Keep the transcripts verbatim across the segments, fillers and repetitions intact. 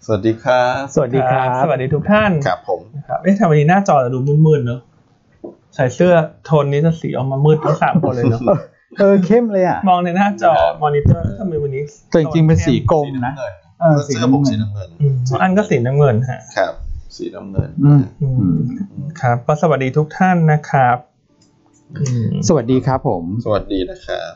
สวัสดีครับสวัสดีครับสวัสดีทุกท่านครับผมครับเอ๊ะทำไมวันนี้หน้าจอจะดูมืดๆเนอะใส่เสื้อโทนนี้จะสีออกมามืดทั้งสามคนเลยเนอะเออเข้มเลยอ่ะมองในหน้าจอมอนิเตอร์ทำไมวันนี้แต่จริงๆเป็นสีกรมนะเออสีน้ำเงินสีน้ำเงินอันก็สีน้ำเงินฮะครับสีน้ำเงินอืมครับก็สวัสดีทุกท่านนะครับสวัสดีครับผมสวัสดีนะครับ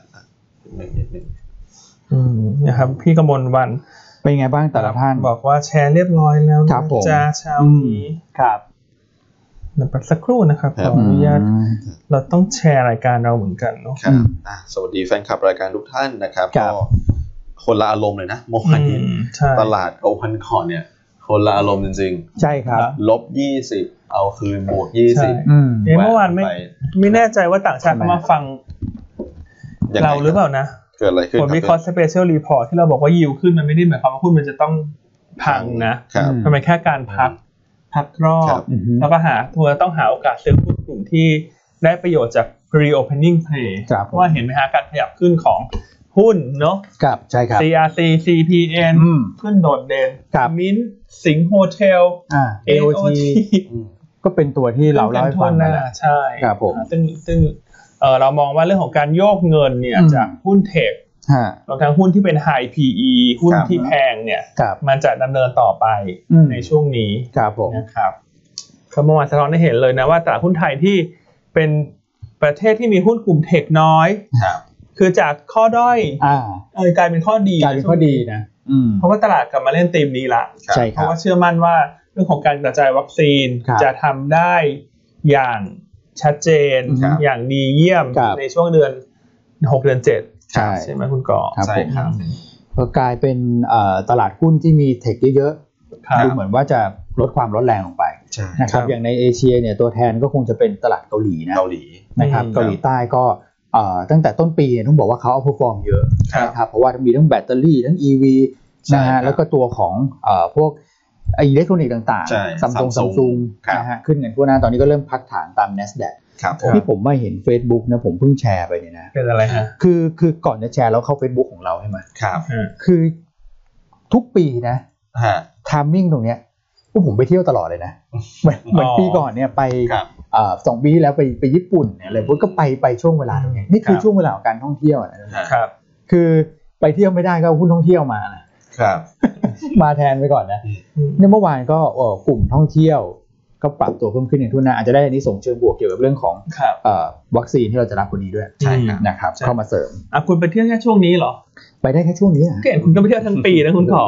อืมนะครับพี่กมลวันเป็นไงบ้างแต่ละท่านบอกว่าแชร์เรียบร้อยแล้วนะจ้าเช้านี้ครับเดี๋ยวสักครู่นะครับขออนุญาตเราต้องแชร์รายการเราเหมือนกันเนาะครับสวัสดีแฟนคลับรายการทุกท่านนะครับก็คนละอารมณ์เลยนะเมื่อวานนี้ตลาดเอาพันก่อนเนี่ยคนละอารมณ์จริงๆใช่ครับลบยี่สิบเอาคืนบวกยี่สิบอืมเมื่อวานไม่ไม่แน่ใจว่าต่างชาติเขามาฟังเราหรือเปล่านะเกิดอะไรขึ้นผลวิเคราะห์ Special Report ที่เราบอกว่ายิวขึ้นมันไม่ได้หมายความว่าหุ้นมันจะต้องพังนะมันเป็นแค่การพักพักรอบแล้วก็หาตัวต้องหาโอกาสซื้อหุ้นกลุ่มที่ได้ประโยชน์จาก Reopening Play เพราะว่าเห็นไหมฮะการขยับขึ้นของหุ้นเนาะครับใช่ครับซี อาร์ ซี ซี พี เอ็น ขึ้นโดดเด่นมิ้นท์สิงห์โฮเทลเอ โอ ที ก็เป็นตัวที่เราเล่าให้ฟังนั่นแหละใช่ครับผมซึ่งซึ่งเอ่อเรามองว่าเรื่องของการโยกเงินเนี่ยจากหุ้นเทครวมทั้งหุ้นที่เป็น High พี อี หุ้นที่แพงเนี่ยมันจะดำเนินต่อไปในช่วงนี้นะครับก็เมื่อวานสะท้อนให้เห็นเลยนะว่าตลาดหุ้นไทยที่เป็นประเทศที่มีหุ้นกลุ่มเทคน้อยคือจากข้อด้อยเออกลายเป็นข้อดีกลายเป็นข้อดีนะเพราะว่าตลาดกลับมาเล่นธีมนี้ละเพราะว่าเชื่อมั่นว่าเรื่องของการกระจายวัคซีนจะทำได้อย่างชัดเจนอย่างดีเยี่ยมในช่วงเดือนหกเดือนเจ็ดใช่ใช่ไหมคุณก่อใช่ครับก็กลายเป็นตลาดหุ้นที่มีเทคเยอะๆดูเหมือนว่าจะลดความร้อนแรงลงไปนะครับอย่างในเอเชียเนี่ยตัวแทนก็คงจะเป็นตลาดเกาหลีนะเกาหลีนะครับเกาหลีใต้ก็ตั้งแต่ต้นปีเนี่ยต้องบอกว่าเขาเอาเพอร์ฟอร์มเยอะนะครับเพราะว่ามีทั้งแบตเตอรี่ทั้ง อี วี นะฮะแล้วก็ตัวของพวกอิเล็กทรอนิกส์ต่างๆ Samsung Samsung นะฮะขึ้นกันทั่วหน้าตอนนี้ก็เริ่มพักฐานตาม NASDAQ ที่ผมมาเห็น Facebook นะผมเพิ่งแชร์ไปเนี่ยนะเป็นอะไรฮะคือคือก่อนจะแชร์แล้วเข้า Facebook ของเราใช่ไหมครับคือทุกปีนะไทมิ่งตรงเนี้ยพวกผมไปเที่ยวตลอดเลยนะเหมือนเหมือนปีก่อนเนี่ยไปอ่าสองปีแล้วไปไปญี่ปุ่นเนี่ยอะไรพวกก็ไปไปช่วงเวลาตรงนี้นี่คือช่วงเวลาของการท่องเที่ยวนะครับคือไปเที่ยวไม่ได้ก็เอาหุ้นท่องเที่ยวมานะครับมาแทนไปก่อนนะเนี่ยเมื่อวานก็กลุ่มท่องเที่ยวก็ปรับตัวเพิ่มขึ้นอย่างทุนนะอาจจะได้อันนี้ส่งเชิงบวกเกี่ยวกับเรื่องของวัคซีนที่เราจะรับคนนี้ด้วยใช่นะครับเข้ามาเสริมอ่ะคุณไปเที่ยวแค่ช่วงนี้เหรอไปได้แค่ช่วงนี้อ่ะเห็นคุณก็ไปเที่ยวทั้งปีนะคุณขอ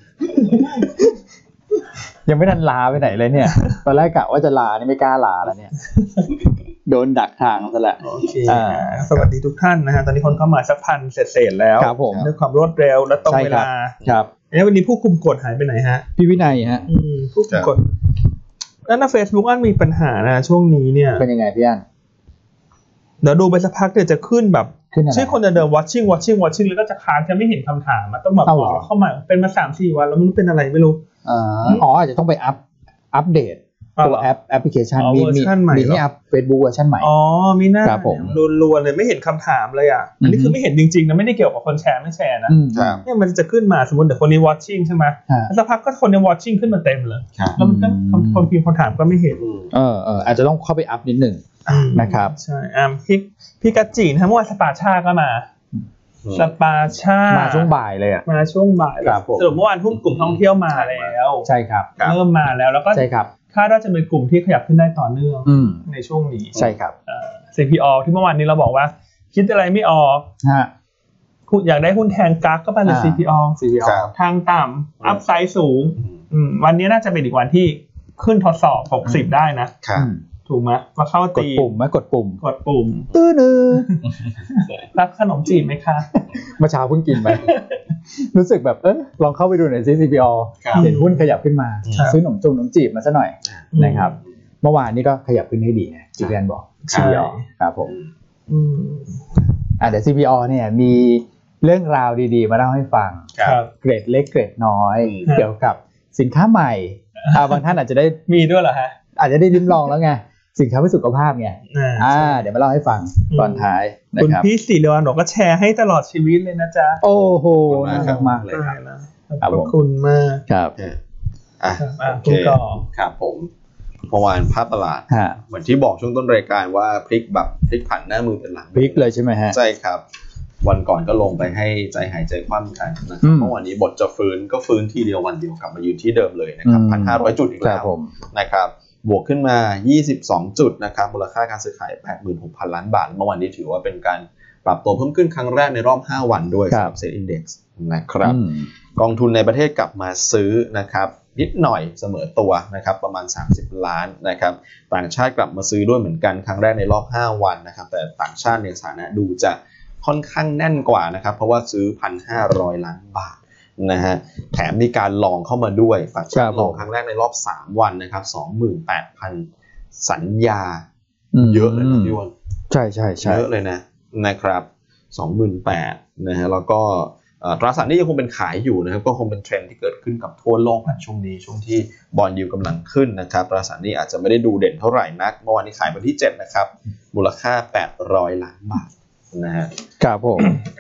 ยังไม่ทันลาไปไหนเลยเนี่ยตอนแรกกะว่าจะลานี่ไม่กล้าลาแล้วเนี่ยโดนดักทางซะแล้วโอเคสวัสดีทุกท่านนะฮะตอนนี้คนเข้ามาสักพันเศษๆแล้วด้วยความรวดเร็วและตรงเวลาครับแล้ววันนี้ผู้คุมกฎหายไปไหนฮะพี่วินัยฮะผู้คุมกฎแล้วใน Facebook อันมีปัญหานะช่วงนี้เนี่ยเป็นยังไงพี่อันเดี๋ยวดูไปสักพักเดี๋ยวจะขึ้นแบบชื่อคนเดิม watching watching watching แล้วก็จะค้างจะไม่เห็นคำถามมันต้องแบบเข้ามาเป็นมา สามสี่ วันแล้วมันเป็นอะไรไม่รู้อ๋ออาจจะต้องไปอัพอัปเดตตัวแอปแอปพลิเคชันมีมีมีให้อัพ Facebook เวอร์ชันใหม่อ๋อมีหน้ารัวๆเลยไม่เห็นคำถามเลยอ่ะอันนี้คือไม่เห็นจริงๆนะไม่ได้เกี่ยวกับคนแชร์ไม่แชร์นะเนี่ยมันจะขึ้นมาสมมติเดี๋ยวคนนี้ watching ใช่ไหมแล้วสักพักก็คนนี้ watching ขึ้นมาเต็มเลยแล้วมันก็คนพิมพ์คำถามก็ไม่เห็นเออเอออาจจะต้องเข้าไปอัพนิดนึงนะครับใช่อ่าพี่พี่กัจจีนะเมื่อวานสปาชาก็มาสปาชามาช่วงบ่ายเลยอ่ะมาช่วงบ่ายสรุปเมื่อวานหุ้นกลุ่มท่องเที่ยวมาแล้วใช่ครับเริ่มมาแล้วแล้วก็ใช่ครับคาดว่าจะเป็นกลุ่มที่ขยับขึ้นได้ต่อเนื่องในช่วงนี้ใช่ครับซี พี อ ที่เมื่อวานนี้เราบอกว่าคิดอะไรไม่ออกฮะอยากได้หุ้นแทนกั๊กก็ไปเลย ซี พี อซี พี อทางต่ำอัพไซด์สูงวันนี้น่าจะเป็นอีกวันที่ขึ้นทดสอบหกสิบได้นะครับถูกไหมมาเข้าตีกดปุ่มไหมกดปุ่มกดปุ่มตื้อนึงรับขนมจีบไหมคะเมื่อเช้าเพิ่งกินไปรู้สึกแบบเออลองเข้าไปดูหน่อยซิ ซี พี อ เห็นหุ้นขยับขึ้นมาซื้อขนมจงขนมจีบมาซะหน่อยนะครับเมื่อวานนี้ก็ขยับขึ้นให้ดีนะจีเรียนบอก ซี พี อ ครับผมอ่าเดี๋ยว ซี พี อ เนี่ยมีเรื่องราวดีๆมาเล่าให้ฟังเกรดเล็กเกรดน้อยเกี่ยวกับสินค้าใหม่บางท่านอาจจะได้มีด้วยเหรอฮะอาจจะได้ลิ้มลองแล้วไงสินค้าเพื่อสุขภาพไงอ่าเดี๋ยวมาเล่าให้ฟังตอนท้ายนะครับคุณพี่ศรีดวงบอกก็แชร์ให้ตลอดชีวิตเลยนะจ๊ะโอ้โหน่ารักมากเลยขอบคุณมากครับอ่ะโอเคครับผมเมื่อวานภาพตลาดเหมือนที่บอกช่วงต้นรายการว่าพลิกแบบพลิกผันหน้ามือเป็นหลังพลิกเลยใช่ไหมฮะใช่ครับวันก่อนก็ลงไปให้ใจหายใจคว่ำกันนะครับเมื่อวานนี้บทจะฟื้นก็ฟื้นทีเดียววันเดียวกลับมายืนที่เดิมเลยนะครับ หนึ่งพันห้าร้อย จุดอีกแล้วนะครับบวกขึ้นมายี่สิบสองจุดนะครับมูลค่าการซื้อขาย แปดหมื่นหกพัน ล้านบาทเมื่อวานนี้ถือว่าเป็นการปรับตัวเพิ่มขึ้นครั้งแรกในรอบห้าวันด้วยสำหรับ เซ็ต Index นะครับกองทุนในประเทศกลับมาซื้อนะครับนิดหน่อยเสมอตัวนะครับประมาณสามสิบล้านนะครับต่างชาติกลับมาซื้อด้วยเหมือนกันครั้งแรกในรอบห้าวันนะครับแต่ต่างชาติเนี่ยสถานะดูจะค่อนข้างแน่นกว่านะครับเพราะว่าซื้อ หนึ่งพันห้าร้อย ล้านบาทนะฮะแถมมีการลองเข้ามาด้วยต่างชาติลองครั้งแรกในรอบสามวันนะครับ สองหมื่นแปดพัน สัญญาเยอะเลยนะพี่วอนใช่ๆๆเยอะเลยนะนะครับ สองหมื่นแปดพัน นะฮะแล้วก็ตราสารหนี้ยังคงเป็นขายอยู่นะครับก็คงเป็นเทรนด์ที่เกิดขึ้นกับทั่วโลกในช่วงนี้ช่วงที่บอนด์ยิลด์กำลังขึ้นนะครับตราสารหนี้อาจจะไม่ได้ดูเด่นเท่าไหร่นักเมื่อวานนี้ขายวันที่เจ็ดนะครับมูลค่าแปดร้อยล้านบาทนะฮะครับผม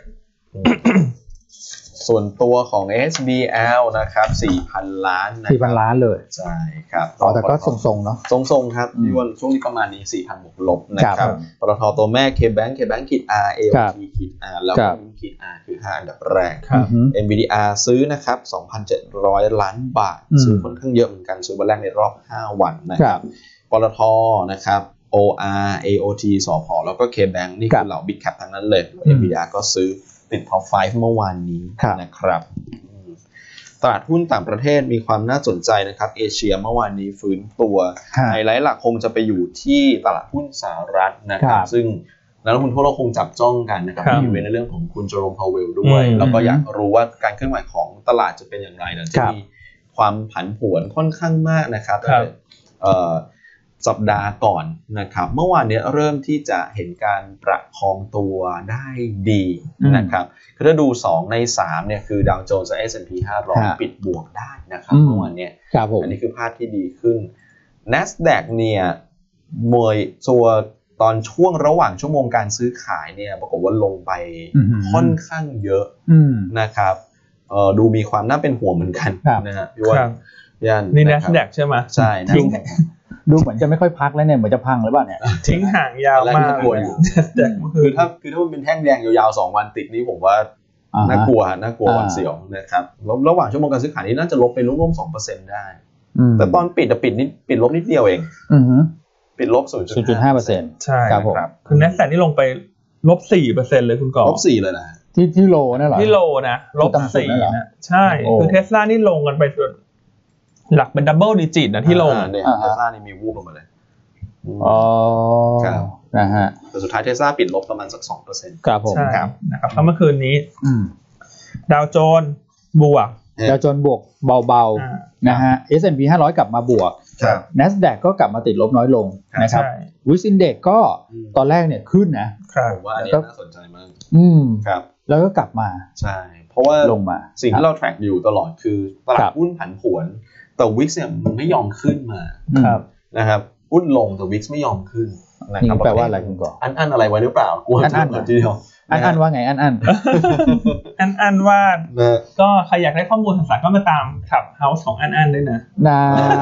ส่วนตัวของ เอส บี แอล นะครับ สี่พัน ล้านนะสี่พัน ล้านเลยใช่ครับอ๋อแต่ก็ทรงๆเนาะทรงๆครับพี่วันช่วงนี้ประมาณนี้ สี่พัน บวกลบนะครับปตท.ตัวแม่ K-Bank K-Bank ขีด R เอ โอ ที ขีด R แล้วก็ขีด R คือห้าอันดับแรก เอ็น วี ดี อาร์ ซื้อนะครับ สองพันเจ็ดร้อย ล้านบาทซื้อค่อนข้างเยอะเหมือนกันซื้อวันแรกในรอบห้าวันนะครับปตท.นะครับ โอ อาร์ เอ โอ ที สผ.แล้วก็ K-Bank นี่คือเหล่า Big Cap ทั้งนั้นเลย เอ็น วี ดี อาร์ ก็ซื้อติด ท็อป ห้า เมื่อวานนี้นะครับตลาดหุ้นต่างประเทศมีความน่าสนใจนะครับเอเชียเมื่อวานนี้ฟื้นตัวไฮไลท์หลักคงจะไปอยู่ที่ตลาดหุ้นสหรัฐนะครับซึ่งนักลงทุนทั่วโลกคงจับจ้องกันนะครับมีเว้นในเรื่องของคุณโจโรม พาวเวลด้วยแล้วก็อยากรู้ว่าการเคลื่อนไหวของตลาดจะเป็นอย่างไรนะจะมีความผันผวนค่อนข้างมากนะครับสัปดาห์ก่อนนะครับเมื่อวานนี้เริ่มที่จะเห็นการประคองตัวได้ดีนะครับถ้าดูสองในสามเนี่ยคือดาวโจนส์และ เอส แอนด์ พี ห้าร้อยปิดบวกได้นะครับเมื่อวานนี้อันนี้คือภาพที่ดีขึ้น NASDAQ เนี่ยมวยตัวตอนช่วงระหว่างชั่วโมงการซื้อขายเนี่ยปรากฏว่าลงไปค่อนข้างเยอะนะครับเอ่อดูมีความน่าเป็นห่วงเหมือนกันนะฮะพี่ว่ายันนี่ NASDAQ ใช่ไหมใช่นะดูเหมือนจะไม่ค่อยพักแล้วเนี่ยเหมือนจะพังหรือเปล่าเนี่ยทิ้งห่างยาวมากคือถ้าคือถ้ามันเป็นแท่งแดงยาวๆสองวันติดนี้ผมว่าน่ากลัวน่ากลัววันเสียวนะครับแล้วระหว่างชั่วโมงการซื้อขายนี้น่าจะลบไปร่วมๆ สองเปอร์เซ็นต์ ได้แต่ตอนปิดปิดนิดปิดลบนิดเดียวเองปิดลบ ศูนย์จุดห้าเปอร์เซ็นต์ใช่ครับคือ NASDAQ นี่ลงไปลบ สี่เปอร์เซ็นต์ เลยคุณกอล์ฟลบสี่เลยนะที่ที่โลนั่นเหรอที่โลนะลบสี่นะใช่คือ Tesla นี่ลงกันไปหลักเป็นดับเบิลดิจิตนะที่ลงเนี่ยเทสลานี่มีวูบลงมาเลยอ๋อครับนะฮะแต่สุดท้ายเทสลาปิดลบประมาณสัก สองเปอร์เซ็นต์ครับผมใช่นะครับเมื่อคืนนี้ดาวโจนส์บวกดาวโจนส์บวกเบาๆนะฮะ เอส แอนด์ พี ห้าร้อยกลับมาบวก NASDAQ ก็กลับมาติดลบน้อยลงนะครับ วิก Index ก็ตอนแรกเนี่ยขึ้นนะผมว่าอันนี้น่าสนใจมากอืมครับแล้วก็กลับมาใช่เพราะว่าลงมาสิ่งที่เราแทร็กอยู่ตลอดคือตลาดหุ้นผันผวนแต่ วิก เนี่ยมันไม่ยอมขึ้นมานะครับหุ้นลงแต่ วิก ไม่ยอมขึ้นนะครับแปลว่าอะไรคุณก่ออันอันอะไรไว้หรือเปล่ากลัวจะเหมือนทีเดียวอันอันว่าไงอันอันอันอันว่าก็ใครอยากได้ข้อมูลสารก็มาตามขับเฮาส์ของอันอันด้วยนะนะ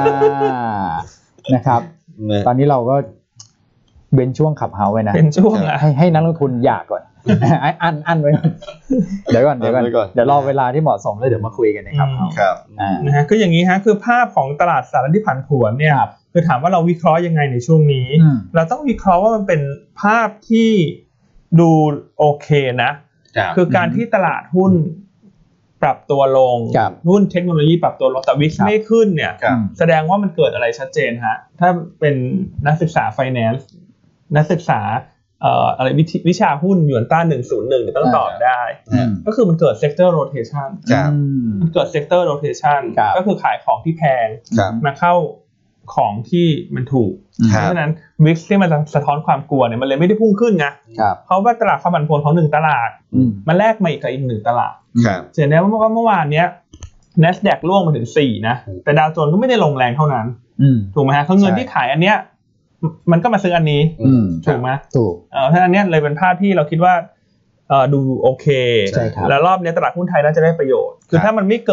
นะครับตอนนี้เราก็เว้นช่วงขับเฮาส์ไว้นะเป็นช่วงให้ให้นักลงทุนอยากก่อนอันอันไว้ก่อนเดี๋ยวก่อนเดี๋ยวก่อนเดี๋ยวรอเวลาที่เหมาะสมแล้วเดี๋ยวมาคุยกันนะครับครับนะฮะก็อย่างนี้ฮะคือภาพของตลาดสารที่ผันผวนเนี่ยคือถามว่าเราวิเคราะห์ยังไงในช่วงนี้เราต้องวิเคราะห์ว่ามันเป็นภาพที่ดูโอเคนะคือการที่ตลาดหุ้นปรับตัวลงหุ้นเทคโนโลยีปรับตัวลงแต่วิกไม่ขึ้นเนี่ยแสดงว่ามันเกิดอะไรชัดเจนฮะถ้าเป็นนักศึกษา Finance นักศึกษาเอ่ออะไรวิชาหุ้นหยวนต้าหนึ่งศูนย์หนึ่งเนี่ยต้องตอบได้ก็คือมันเกิด sector rotation มันเกิด sector rotation ก็คือขายของที่แพงมาเข้าของที่มันถูกเพราะฉะนั้น วิก ที่มันสะท้อนความกลัวเนี่ยมันเลยไม่ได้พุ่งขึ้นไงเพราะว่าตลาดความผันผวนของหนึ่งตลาดมันแลกมาอีกกับอีกหนึ่งตลาดเห็นไหมว่าเมื่อวานเนี้ย NASDAQ ร่วงมาถึงสี่นะแต่ดาวโจนส์ก็ไม่ได้ลงแรงเท่านั้นถูกไหมฮะเพราะเงินที่ขายอันเนี้ยมันก็มาซื้ออันนี้ถูกไหมถูกเออเพราะฉะนั้นเนี้ยเลยเป็นภาพที่เราคิดว่าเออดูโอเคแล้วรอบนี้ตลาดหุ้นไทยน่าจะได้ประโยชน์คือถ้ามันไม่เกิด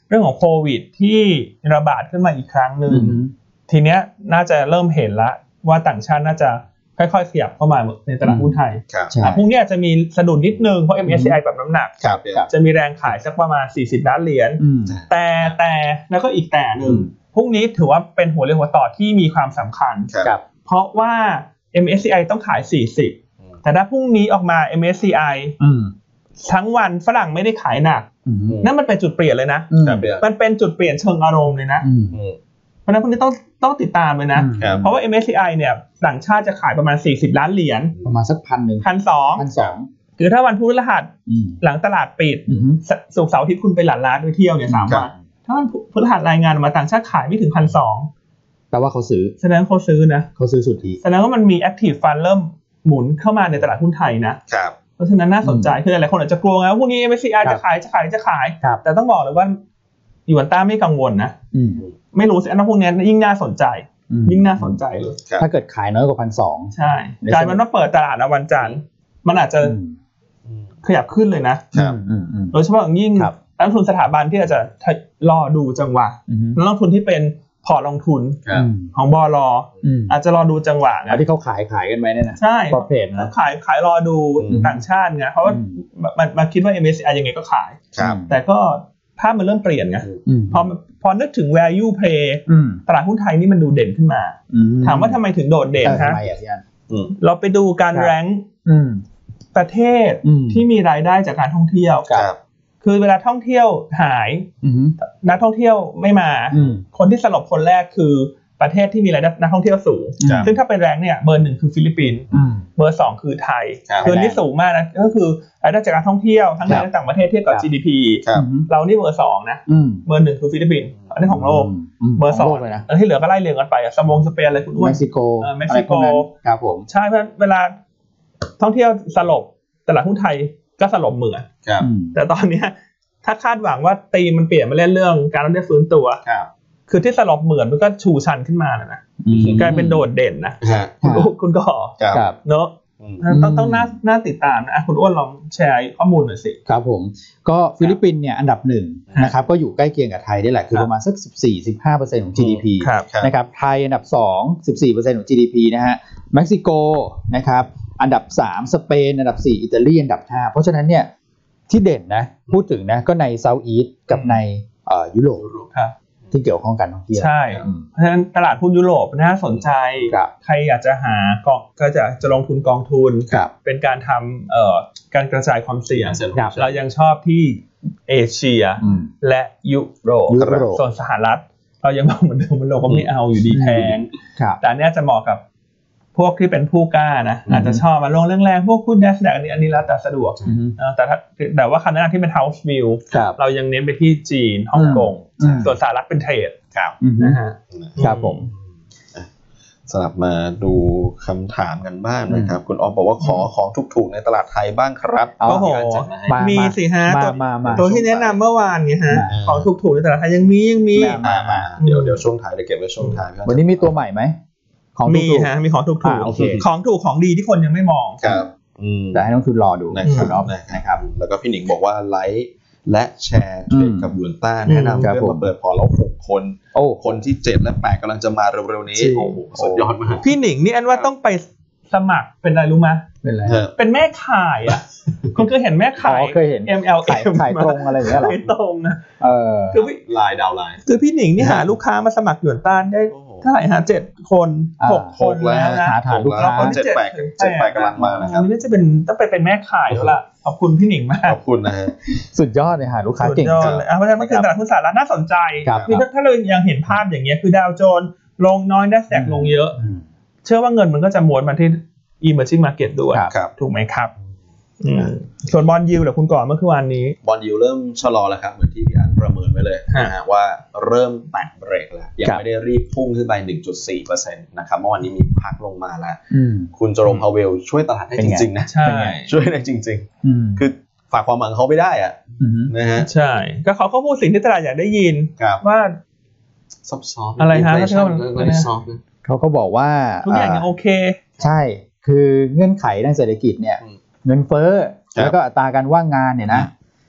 เรื่องของโควิดที่ระบาดขึ้นมาอีกครั้งหนึ่งทีเนี้ยน่าจะเริ่มเห็นละว่าต่างชาติน่าจะค่อยๆขยับเข้ามาในตลาดหุ้นไทยพรุ่งนี้อาจจะมีสะดุดนิดนึงเพราะ เอ็ม เอส ซี ไอ ปรับน้ำหนักจะมีแรงขายสักประมาณสี่สิบล้านเหรียญแต่แต่แล้วก็อีกแต่นึงพรุ่งนี้ถือว่าเป็นหัวเรือหัวต่อที่มีความสำคัญเพราะว่า เอ็ม เอส ซี ไอ ต้องขายสี่สิบแต่ถ้าพรุ่งนี้ออกมา เอ็ม เอส ซี ไอ ทั้งวันฝรั่งไม่ได้ขายหนักนั่นมันเป็นจุดเปลี่ยนเลยนะมันเป็นจุดเปลี่ยนเชิงอารมณ์เลยนะเพราะฉะนั้นพวกนี้ต้องต้องติดตามเลยนะเพราะว่า เอ็ม เอส ซี ไอ เนี่ยต่างชาติจะขายประมาณสี่สิบล้านเหรียญประมาณสักพันหนึ่งหนึ่งพันสองร้อยสองร้อยคือถ้าวันพุธพฤหัสหลังตลาดปิดศุกร์เสาร์อาทิตย์คุณไปหลั่นล้านไปเที่ยวเนี่ยสามวันถ้าวันพฤหัสรายงานมาต่างชาติขายไม่ถึง หนึ่งพันสองร้อยแปลว่าเขาซื้อแสดงเขาซื้อนะเขาซื้อสุทธิแสดงว่ามันมี active fund เริ่มหมุนเข้ามาในตลาดหุ้นไทยนะครับเพราะฉะนั้นน่าสนใจคือหลายคนอาจจะกลัวไงว่าพวกนี้ เอ็ม เอส ซี ไอ จะขายจะขายจะขายแต่ต้องบอกเลยว่ายูนต้าไม่กังวลนะไม่รู้สิอันนั้นพวกนี้ยิ่งน่าสนใจยิ่งน่าสนใจเลยถ้าเกิดขายน้อยกว่า หนึ่งพันสองร้อยใช่กลายเป็นว่าเปิดตลาดในวันจันทร์มันอาจจะขยับขึ้นเลยนะโดยเฉพาะอย่างยิ่งนักลงทุนสถาบันที่อาจจะรอดูจังหวะนักลงทุนที่เป็นพอร์ตลงทุนของบล.อาจจะรอดูจังหวะนะที่เขาขายขายกันไหมเนี่ยนะใช่พอเพจนะขายขายรอดูต่างชาติไงเพราะว่ามันมาคิดว่า เอ็ม เอส ซี ไอ ยังไงก็ขายแต่ก็ภาพมันเริ่มเปลี่ยนไงพอพอนึกถึง value play ตลาดหุ้นไทยนี่มันดูเด่นขึ้นมาถามว่าทำไมถึงโดดเด่นฮะเราไปดูการแรงค์ประเทศที่มีรายได้จากการท่องเที่ยวคือเวลาท่องเที่ยวหายนักท่องเที่ยวไม่มาคนที่สลบคนแรกคือประเทศที่มีรายได้นักท่องเที่ยวสูงซึ่งถ้าเป็นแรงเนี่ยเบอร์หนึ่งคือฟิลิปปินส์เบอร์สองคือไทยคือนี่สูงมากนะก็คือรายได้จากการท่องเที่ยวทั้งในและต่างประเทศเทียบกับ จี ดี พี เรานี่เบอร์สองนะเบอร์หนึ่งคือฟิลิปปินส์อันนี้ของโลกเบอร์สองแล้วที่เหลือก็ไล่เรียงกันไปสมงสเปนอะไรคุณอ้วนเม็กซิโกเม็กซิโกครับผมใช่เพราะเวลาท่องเที่ยวสลบตลาดหุ้นไทยก็สลบเหมือนแต่ตอนนี้ถ้าคาดหวังว่าตีมันเปลี่ยนมาเล่นเรื่องการเรียกฟื้นตัวคือที่สลบเหมือนมันก็ชูชันขึ้นมานะกลายเป็นโดดเด่นนะคุณอ้วนคุณก็เนอะต้องต้องน่าน่าติดตามนะคุณอ้วนลองแชร์ข้อมูลหน่อยสิครับผมก็ฟิลิปปินส์เนี่ยอันดับหนึ่งนะครับก็อยู่ใกล้เคียงกับไทยได้แหละคือประมาณสัก สิบสี่ สิบห้าเปอร์เซ็นต์ ของ จี ดี พี นะครับไทยอันดับสอง สิบสี่เปอร์เซ็นต์ ของ จี ดี พี นะฮะเม็กซิโกนะครับอันดับสามสเปนอันดับสี่อิตาลีอันดับห้าเพราะฉะนั้นเนี่ยที่เด่นนะพูดถึงนะก็ในเซาท์อีสต์กับในเอ่อยุโรปที่เกี่ยวข้องกันท่องเที่ยวใช่เพราะฉะนั้นตลาดหุ้นยุโรปน่าสนใจใครอยากจะหากองก็จะจะลงทุนกองทุนเป็นการทำเอ่อการกระจายความเสี่ยงเรายังชอบที่เอเชียและยุโรปส่วนสหรัฐเรายังมองเหมือนเดิมมันเราก็ไม่เอาอยู่ดีแพงแต่อันนี้จะเหมาะกับพวกที่เป็นผู้กล้านะอาจจะชอบมาลงแรงๆพวกหุ้น NASDAQ อันนี้อันนี้แล้วแต่สะดวกแต่ถ้าแต่ว่าคำแนะนำที่เป็น House View เรายังเน้นไปที่จีนฮ่องกงส่วนสหรัฐเป็นเทรดนะฮะครับผมสลับมาดูคำถามกันบ้างนะครับคุณออฟบอกว่าขอของถูกๆในตลาดไทยบ้างครับโอ้โหมีสิฮะตัวที่แนะนำเมื่อวานไงฮะของถูกๆในตลาดไทยยังมียังมีเดี๋ยวเดี๋ยวช่วงท้ายเดี๋ยวเก็บไว้ช่วงท้ายวันนี้มีตัวใหม่ไหมของมีฮะมีของถูกถูกของถูกของดีที่คนยังไม่มองครับแต่ให้น้องทุนรอดูนะครับนะครับแล้วก็พี่หนิงบอกว่าไลค์และแชร์เทรดกับยูนต้าแนะนำเพื่อนมาเปิดพอร์ตเราหกคนโอ้คนที่เจ็ดและแปดกำลังจะมาเร็วๆนี้โอ้โหสุดยอดมากพี่หนิงนี่อันว่าต้องไปสมัครเป็นอะไรรู้มั้ยเป็นอะไรเป็นแม่ขายอ่ะคุณเคยเห็นแม่ขาย เอ็ม แอล เอ็มขายตรงอะไรอย่างเงี้ยหรอขายตรงนะเออคือลายดาวไลน์คือพี่หนิงนี่หาลูกค้ามาสมัครยูนต้าได้เท่าไหร่ฮะเจ็ดคนหกคนแล้วนะหาฐานลูกค้าเจ็ด แปด เจ็ด แปดกำลังมานะครับนี่จะเป็นต้องไปเป็นแม่ขายแล้วล่ะขอบคุณพี่หนิงมากขอบคุณนะฮะสุดยอดเลยหาลูกค้าเก่งจังเพราะฉะนั้นมันคือตลาดหุ้นสหรัฐน่าสนใจคือถ้าเรายังเห็นภาพอย่างเงี้ยคือดาวโจนส์ลงน้อย NASDAQ ลงเยอะเชื่อว่าเงินมันก็จะม้วนมาที่ emerging market ด้วยถูกไหมครับส่วนบอนด์ยิลด์เหรอคุณก่อนเมื่อคืนวันนี้บอนด์ยิลด์เริ่มชะลอแล้วครับเหมือนที่พี่อันประเมินไว้เลยนะฮะว่าเริ่มแตะเบรกแล้วยังไม่ได้รีบพุ่งขึ้นไป หนึ่งจุดสี่เปอร์เซ็นต์ นะครับเมื่อวานนี้มีพักลงมาแล้วคุณเจอโรมพาเวลช่วยตลาดได้จริงๆนะใช่ช่วยได้จริงๆคือฝากความหวังเขาไม่ได้อ่ะนะฮะใช่ก็เขาก็พูดสิ่งที่ตลาดอยากได้ยินว่าซอฟต์ๆอะไรฮะเขาก็บอกว่าทุกอย่างยังโอเคใช่คือเงื่อนไขทางเศรษฐกิจเนี่ยเงินเฟ้อแล้วก็อัตราการว่างงานเนี่ยนะ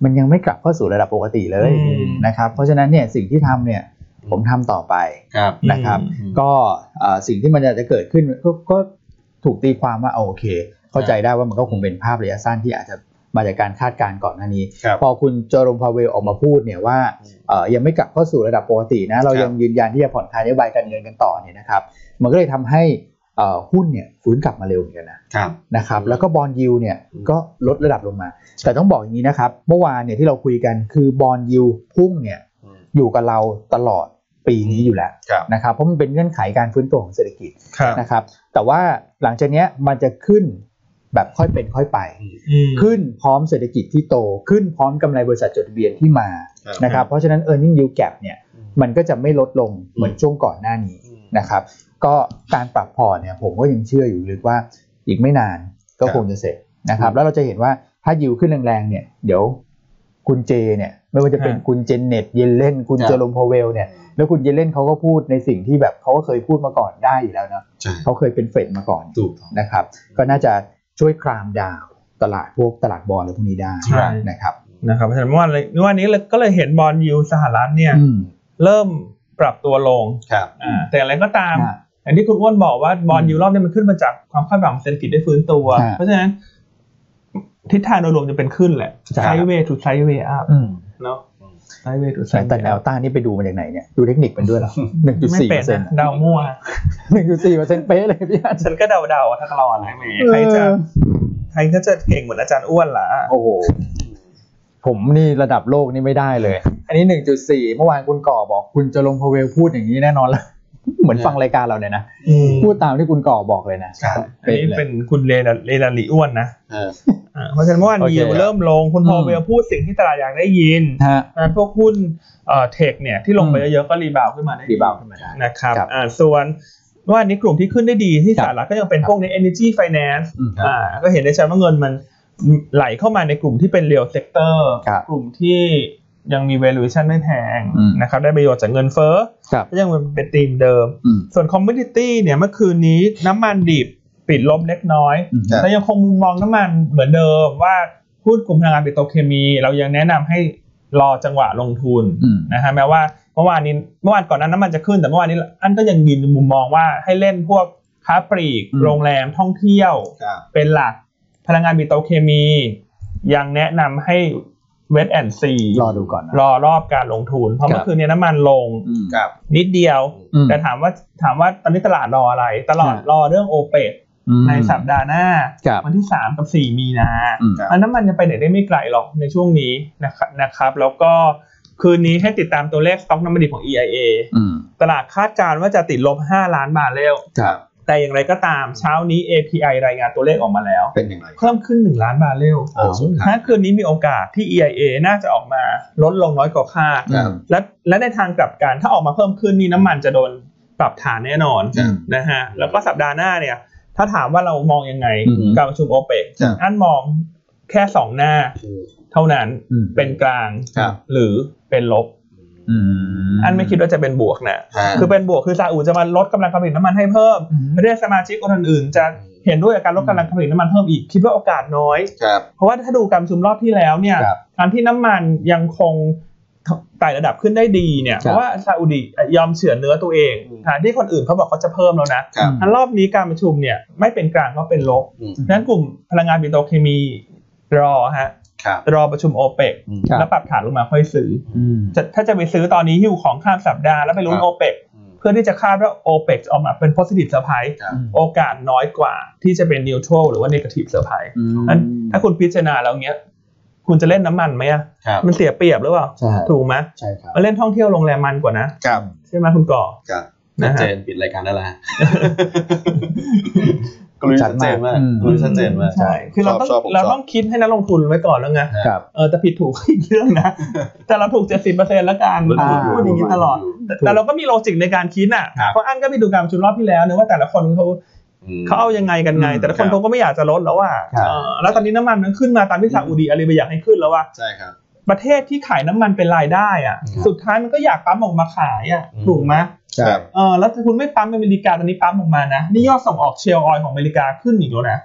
มันยังไม่กลับเข้าสู่ระดับปกติเลยนะครับเพราะฉะนั้นเนี่ยสิ่งที่ทำเนี่ยผมทำต่อไปนะครับก็สิ่งที่มันจะเกิดขึ้นก็ถูกตีความว่าโอเคเข้าใจได้ว่ามันก็คงเป็นภาพระยะสั้นที่อาจจะมาจากการคาดการณ์ก่อนหน้านี้พอคุณเจอโรมพาเวลออกมาพูดเนี่ยว่ายังไม่กลับเข้าสู่ระดับปกตินะเรายังยืนยันที่จะผ่อนคลายนโยบายการเงินกันต่อเนี่ยนะครับมันก็เลยทำให้หุ้นเนี่ยฟื้นกลับมาเร็วเหมือนกันนะนะครับแล้วก็บอนด์ยิลด์เนี่ยก็ลดระดับลงมาแต่ต้องบอกอย่างนี้นะครับเมื่อวานเนี่ยที่เราคุยกันคือบอนด์ยิลด์พุ่งเนี่ยอยู่กับเราตลอดปีนี้อยู่แล้วนะครับเพราะมันเป็นเงื่อนไขการฟื้นตัวของเศรษฐกิจนะครับแต่ว่าหลังจากนี้มันจะขึ้นแบบค่อยเป็นค่อยไปขึ้นพร้อมเศรษฐกิจที่โตขึ้นพร้อมกำไรบริษัทจดทะเบียนที่มานะครับเพราะฉะนั้น earning yield gap เนี่ยมันก็จะไม่ลดลงเหมือนช่วงก่อนหน้านี้นะครับก็การปรับพอร์ตเนี่ยผมก็ยังเชื่ออยู่ลึกว่าอีกไม่นานก็คงจะเสร็จนะครับแล้วเราจะเห็นว่าถ้ายิวขึ้นแรงๆเนี่ยเดี๋ยวคุณเจเนี่ยไม่ว่าจะเป็นคุณเจนเน็ตเยเลนคุณเจอโรมพาเวลเนี่ยแล้วคุณเยเลนเขาก็พูดในสิ่งที่แบบเขาก็เคยพูดมาก่อนได้อยู่แล้วนะเขาเคยเป็นเฟดมาก่อนนะครับก็น่าจะช่วยคลามดาวตลาดพวกตลาดบอลอะไรพวกนี้ได้นะครับนะครับเพราะฉะนั้นเมื่อวานเมื่อวานนี้ก็เลยเห็นบอลยิวสหรัฐเนี่ยเริ่มปรับตัวลงแต่อะไรก็ตามอย่างที่คุณอ้วนบอกว่าบอลยิวรอบนี้มันขึ้นมาจากความคาดหวังเศรษฐกิจได้ฟื้นตัวเพราะฉะนั้นทิศทางโดยรวมจะเป็นขึ้นแหละไซด์เวย์ทูไซด์เวย์อัพเนาะไซด์เวย์ทูไซด์แต่แนวต้านนี่ไปดูมาจากไหนเนี่ยดูเทคนิคเป็นด้วยเหรอ หนึ่งจุดสี่เปอร์เซ็นต์เดามั่วหนึ่งจุดสี่เปอร์เซ็นต์ เป๊ะเลยพี่อันฉันก็เดาๆทั้งตลอดเลยแหมใครจะใครก็จะเก่งเหมือนอาจารย์อ้วนล่ะโอ้โหผมนี่ระดับโลกนี่ไม่ได้เลยอันนี้ หนึ่งจุดสี่ เมื่อวานคุณก่อบอกคุณจะลงพาเวลพูดอย่างนี้แน่นอนละเหมือนฟังรายการเราเนี่ยนะพูดตามที่คุณก่อบอกเลยนะอันนี้เป็นคุณเลดาเลดาลีอ้วนนะเพราะฉะนั้นเมื่อวานยิวเริ่มลงคุณพอเวลพูดสิ่งที่ตลาดอยากได้ยินนะพวกหุ้นเอ่อเทคเนี่ยที่ลงไปเยอะๆก็รีบาวขึ้นมาได้รีบาวขึ้นมาได้นะครับอ่าส่วนว่านี้กลุ่มที่ขึ้นได้ดีที่สหรัฐก็ยังเป็นพวกใน energy finance อ่าก็เห็นได้ชัดว่าเงินมันไหลเข้ามาในกลุ่มที่เป็น real sector กลุ่มที่ยังมี valuation ไม่แพงนะครับได้ประโยชน์จากเงินเฟ้อก็ยังเป็นธีมเดิมส่วน commodity เนี่ยเมื่อคืนนี้น้ำมันดิบปิดลบเล็กน้อยแต่ยังคงมุมมองน้ำมันเหมือนเดิมว่าหุ้นกลุ่มพลังงานปิโตรเคมีเรายังแนะนำให้รอจังหวะลงทุนนะฮะแม้ว่าเมื่อวานนี้เมื่อวานก่อนนั้นน้ำมันจะขึ้นแต่เมื่อวานนี้อันก็ยังยืนมุมมองว่าให้เล่นพวกค้าปลีกโรงแรมท่องเที่ยวเป็นหลักพลังงานปิโตรเคมียังแนะนำให้เวทแอนด์ซีรอดูก่อนรอรอบการลงทุนเพราะเมื่อคืนนี้น้ำมันลงนิดเดียวแต่ถามว่าถามว่าตอนนี้ตลาดรออะไรตลาดรอเรื่องโอเปกในสัปดาห์หน้าวันที่สามกับสี่มีนาอันน้ำมันจะไปไหนได้ไม่ไกลหรอกในช่วงนี้นะครับนะครับแล้วก็คืนนี้ให้ติดตามตัวเลขสต็อกน้ำมันดิบของ อี ไอ เอ ตลาดคาดการณ์ว่าจะติดลบห้าล้านบาร์เรลแต่อย่างไรก็ตามเช้านี้ เอ พี ไอ รายงานตัวเลขออกมาแล้วเป็นอย่างไรเพิ่มขึ้นหนึ่งล้านบาร์เรลถ้าคืนนี้มีโอกาสที่ อี ไอ เอ น่าจะออกมาลดลงน้อยกว่าคาดและและในทางกลับกันถ้าออกมาเพิ่มขึ้นนี่น้ำมันจะโดนปรับฐานแน่นอนนะฮะแล้วก็สัปดาห์หน้าเนี่ยถ้าถามว่าเรามองยังไงการประชุมโอเปกอันมองแค่สองหน้าเท่านั้นเป็นกลางหรือเป็นลบอันไม่คิดว่าจะเป็นบวกนะคือเป็นบวกคือซาอุจะมาลดกำลังการผลิตน้ำมันให้เพิ่มประเทศสมาชิกคนอื่นๆจะเห็นด้วยกับการลดกำลังการผลิตน้ำมันเพิ่มอีกคิดว่าโอกาสน้อยเพราะว่าถ้าดูการประชุมรอบที่แล้วเนี่ยการที่น้ำมันยังคงไต่ระดับขึ้นได้ดีเนี่ยเพราะว่าซาอุดิยอมเฉือนเนื้อตัวเองที่คนอื่นเขาบอกเขาจะเพิ่มแล้วนะทั้งรอบนี้การประชุมเนี่ยไม่เป็นกลางก็เป็นลบดังนั้นกลุ่มพลังงานปิโตรเคมีรอฮะรอประชุมโอเปกแล้วปรับฐานลงมาค่อยซื้อถ้าจะไปซื้อตอนนี้หิ้วของข้ามสัปดาห์แล้วไปลุ้นโอเปกเพื่อที่จะคาดว่าโอเปกออกมาเป็น positive surprise โอกาสน้อยกว่าที่จะเป็น neutral หรือว่า negative surprise งั้นถ้าคุณพิจารณาแล้วเงี้ยคุณจะเล่นน้ำมันไหมอ่ะมันเสียเปรียบหรือเปล่าถูกไหมใช่ครับมาเล่นท่องเที่ยวโรงแรมมันกว่านะใช่ไหมคุณก่อชัดเจนปิดรายการได้แล้วก็รู้ชัดเจนมากรู้ชัดเจนมากใช่คือเราต้องเราต้องคิดให้นักลงทุนไว้ก่อนแล้วไงเออแต่ผิดถูกอีกเรื่องนะแต่เราถูก เจ็ดสิบเปอร์เซ็นต์ แล้วกันพูดอย่างนี้ตลอดแต่เราก็มีโลจิกในการคิดอ่ะเพราะอันก็ไปดูการประชุมรอบที่แล้วนะว่าแต่ละคนเขาเขาเอายังไงกันไงแต่ละคนเขาก็ไม่อยากจะลดแล้วอ่ะแล้วตอนนี้น้ำมันมันขึ้นมาตามที่ซาอุดิอาระเบียอยากให้ขึ้นแล้วว่าใช่ครับประเทศที่ขายน้ำมันเป็นรายได้อ่ะสุดท้ายมันก็อยากปั๊มออกมาขายอ่ะถูกไหมใช่เออแล้วถ้าคุณไม่ปั๊มอเมริกาตอนนี้ปั๊มออกมานะนี่ยอดส่งออกเชลล์ออยล์ของอเมริกาขึ้นอีกแล้วนะ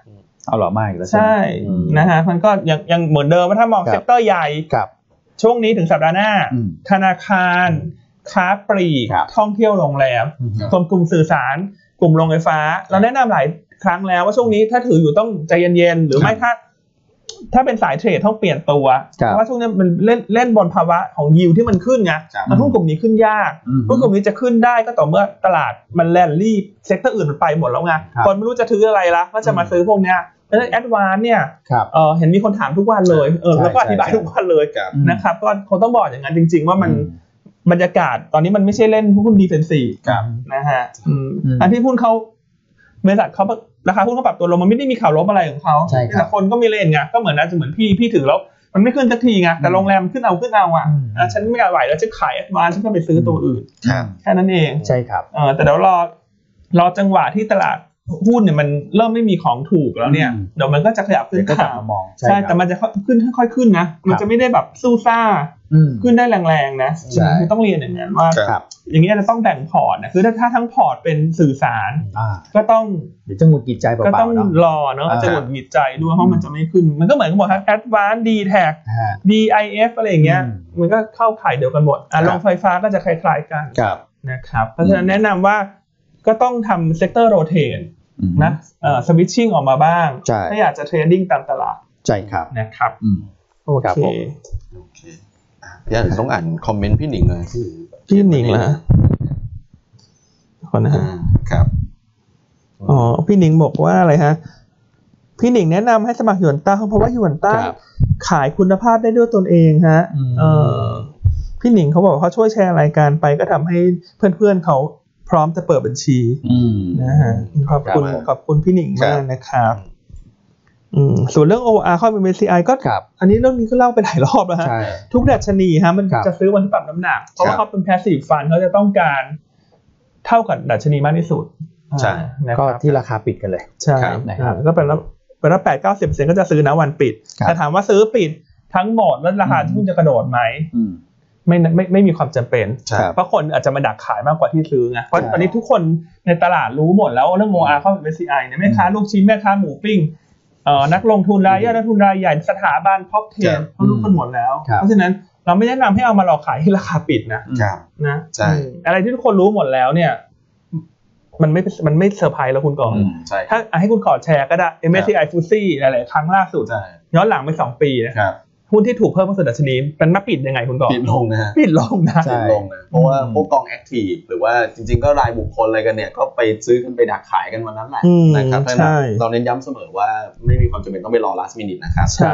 เอาหล่อมากแล้วใช่นะฮะมันก็ยังยังเหมือนเดิมว่าถ้ามองเซกเตอร์ใหญ่ช่วงนี้ถึงสัปดาห์หน้าธนาคารค้าปลีกท่องเที่ยวโรงแรมกลุ่มกลุ่มสื่อสารกลุ่มโรงไฟฟ้าเราแนะนำหลายครั้งแล้วว่าช่วงนี้ถ้าถืออยู่ต้องใจเย็นๆหรือไม่ถ้าถ้าเป็นสายเทรดต้องเปลี่ยนตัวเพราะว่าช่วงนี้มันเล่นเล่นบนภาวะของยิวที่มันขึ้นไงหุ้นกลุ่มนี้ขึ้นยากหุ้นกลุ่มนี้จะขึ้นได้ก็ต่อเมื่อตลาดมันแลนลี่เซกเตอร์อื่นมันไปหมดแล้วไงคนไม่รู้จะถืออะไรละก็จะมาซื้อพวกเนี้ยแล้วแอดวานซ์เนี่ยเออเห็นมีคนถามทุกวันเลยเออแล้วก็อธิบายทุกวันเลยนะครับก็คงต้องบอกอย่างนั้นจริงๆว่ามันบรรยากาศตอนนี้มันไม่ใช่เล่นหุ้นดีเฟนซีฟนะฮะอันที่หุ้นเขาบริษัทเขาราคาหุ้นเขาปรับตัวลงมันไม่ได้มีข่าวลบอะไรของเขาแต่คนก็มีเล่นไงก็เหมือนน่าจะเหมือนพี่พี่ถือแล้วมันไม่ขึ้นสักทีไงแต่โรงแรมขึ้นเอาขึ้นเอาอ่ะฉันไม่ไหวแล้วฉันขายแอดวานซ์ฉันก็ไปซื้อตัวอื่นแค่นั้นเองใช่ครับเออแต่เดี๋ยวรอรอจังหวะที่ตลาดหุ้นเนี่ยมันเริ่มไม่มีของถูกแล้วเนี่ยเดี๋ยวมันก็จะขยับขึ้นข่าวใช่แต่มันจะขึ้นค่อยๆขึ้นนะมันจะไม่ได้แบบสู้ซ่าขึ้นได้แรงๆนะคือต้องเรียนอย่างนั้นว่าอย่างนี้จะต้องแบ่งพอร์ตนะคือถ้าถ้าทั้งพอร์ตเป็นสื่อสารก็ต้องเดี๋ยวจะหงุดหงิดใจเปล่าๆก็ต้องรอเนาะจะหงุดหงิดใจด้วยเพราะมันจะไม่ขึ้นมันก็เหมือนกันหมดทั้ง Advanced ดี แท็ก ดี ไอ เอฟ อะไรอย่างเงี้ยมันก็เข้าข่ายเดียวกันหมดอ่ะโรงไฟฟ้าก็จะคล้ายๆกันนะครับเพราะฉะนั้นแนะนำว่าก็ต้องทำเซกเตอร์โรเทนนะเอ่อสวิตชิ่งออกมาบ้างถ้าอยากจะเทรดดิ้งตามตลาดใช่ครับนะครับโอเคโอเคพี่อ่านต้องอ่านคอมเมนต์พี่หนิงเลยพี่หนิงเหรอขอนะฮะครับอ๋อพี่หนิงบอกว่าอะไรฮะพี่หนิงแนะนำให้สมัครหยวนต้าเพราะว่าหยวนต้าขายคุณภาพได้ด้วยตนเองฮะเออพี่หนิงเขาบอกเขาช่วยแชร์รายการไปก็ทำให้เพื่อนๆเขาพร้อมจะเปิดบัญชีนะฮะขอบคุณขอบคุณพี่หนิงมากนะครับอืมส่วนเรื่อง โอ อาร์ เข้าเป็น เอ็ม เอ ซี ไอ ก็อันนี้เรื่องนี้ก็เล่าไปหลายรอบแล้วฮะทุกดัชนีฮะมันจะซื้อวันที่ปรับน้ำหนักเพราะว่าเขาเป็น passive fund เขาจะต้องการเท่ากับดัชนีมากที่สุดใช่ก็ที่ราคาปิดกันเลยใช่นะครับก็เป็นแล้วเป็นแล้ว แปดถึงเก้าสิบเปอร์เซ็นต์ ก็จะซื้อณวันปิดแต่ถามว่าซื้อปิดทั้งหมดแล้วราคาหุ้นจะกระโดดไหมไม่ไม่ไม่มีความจำเป็นเพราะคนอาจจะมาดักขายมากกว่าที่ซื้อไงเพราะตอนนี้ทุกคนในตลาดรู้หมดแล้วเรื่อง โอ อาร์ เข้าเป็น เอ็ม เอ ซี ไอ เนี่ยแม่ค้าลูกชิ้นแม่ค้าหมูปิ้งเอ่อนักลงทุนรายย่อยนักทุนรายใหญ่สถาบันพ็อปเทนเขารู้กันหมดแล้วเพราะฉะนั้นเราไม่แนะนำให้เอามาหลอกขายที่ราคาปิดนะนะใช่อะไรที่ทุกคนรู้หมดแล้วเนี่ยมันไม่มันไม่เซอร์ไพรส์แล้วคุณก่อนถ้าให้คุณขอแชร์ก็ได้ เอ็ม เอ ซี ไอ Fuji หลายๆครั้งล่าสุดย้อนหลังไปสองปีนะครับหุ้นที่ถูกเพิ่มขึ้นดัชนีมันมาปิดยังไงคุณก่อนปิดลงนะปิดลงนะปิดลงนะเพราะว่าพวกกองแอคทีฟหรือว่าจริงๆก็รายบุคคลอะไรกันเนี่ยก็ไปซื้อกันไปดักขายกันวันนั้นแหละนะครับเพราะฉะนั้นเราเน้นย้ำเสมอว่าไม่มีความจำเป็นต้องไปรอ last minute นะครับใช่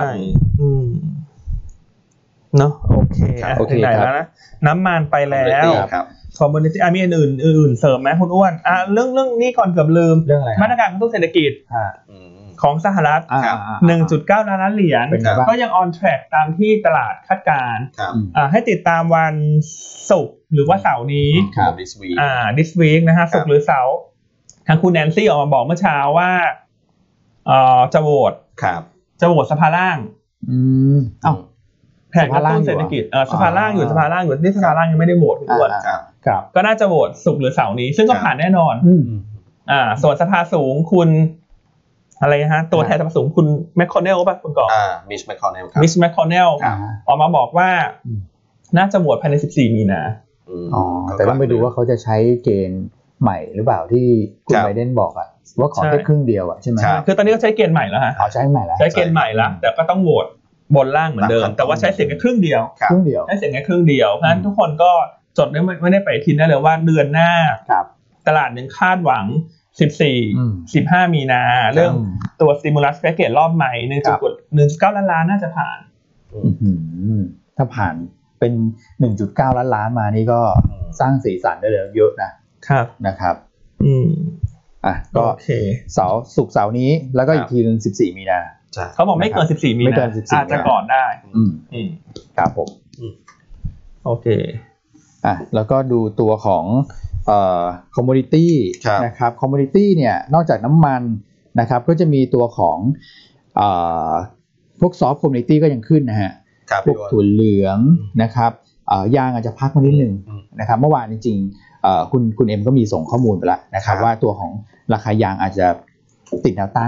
เนาะโอเคโอเคไหนแล้วนะน้ำมันไปแล้วคอมมูนิตี้อ่ะมีอันอื่นอื่นเสริมไหมคุณอ้วนอ่ะเรื่องเรื่องนี้ก่อนเกือบลืมมาตรการกระตุ้นเศรษฐกิจของสหรัฐ หนึ่งจุดเก้า ล้านล้านเหรียญก็ยัง on track ตามที่ตลาดคาดการณ์ให้ติดตามวันศุกร์หรือว่าเสาร์นี้ this week อ่า this week นะฮะศุกร์หรือเสาร์ทางคุณแนนซี่ออกมาบอกเมื่อเช้าว่าเอ่อจะโหวตจะโหวตสภาล่างอืมอ้าวแผนกระตุ้นเศรษฐกิจเอ่อสภาล่างอยู่สภาล่างอยู่นี่สภาล่างยังไม่ได้โหวตทุกคนก็น่าจะโหวตศุกร์หรือเสาร์นี้ซึ่งก็ผ่านแน่นอนอ่าส่วนสภาสูงคุณอะไรฮะตัวแทนสภาสูงคุณแมคคอนเนลป่ะคุณก่อนอ่ามิชแมคคอนเนลครับมิชแมคคอนเนลออกมาบอกว่าน่าจะโหวตภายในสิบสี่มีนาอ๋อแต่ต้องไปดูว่าเขาจะใช้เกณฑ์ใหม่หรือเปล่าที่คุณไบเดนบอกอ่ะว่าขอแค่ครึ่งเดียวอ่ะใช่ไหมคือตอนนี้ก็ใช้เกณฑ์ใหม่แล้วฮะอ๋อใช้ใหม่แล้วใช้เกณฑ์ใหม่แล้วแต่ก็ต้องโหวตบนล่างเหมือนเดิมแต่ว่าใช้เสียงแค่ครึ่งเดียวครึ่งเดียวใช้เสียงแค่ครึ่งเดียวเพราะฉะนั้นทุกคนก็จดไม่ได้ไปทินได้เลยว่าเดือนหน้าตลาดยังคาดหวังสิบสี่ สิบห้ามีนาเรื่องตัว stimulus package รอบใหม่ หนึ่งจุดเก้า ล้านล้านน่าจะผ่านถ้าผ่านเป็น หนึ่งจุดเก้า ล้านล้านมานี่ก็สร้างสีสันได้เลยเยอะนะครับนะครับอืมอ่ะก็โอเคเสาร์ศุกร์เสาร์นี้แล้วก็อีกทีนึงสิบสี่มีนาเขาบอกไม่เกินสิบสี่มีนาอาจจะก่อนได้อืมอืมครับผมโอเคอ่ะแล้วก็ดูตัวของเอ่อคอมมูนิตี้นะครับคอมมูนิตี้เนี่ยนอกจากน้ำมันนะครับก็จะมีตัวของเอ่อพวกซอฟต์คอมมูนิตี้ก็ยังขึ้นนะฮะพวกถั่วเหลืองนะครับเอ่อยางอาจจะพักมานิดนึงนะครับเมื่อวานจริงๆเอ่อคุณคุณเอ็มก็มีส่งข้อมูลไปแล้วนะครับว่าตัวของราคายางอาจจะติดแนวต้านหน่อย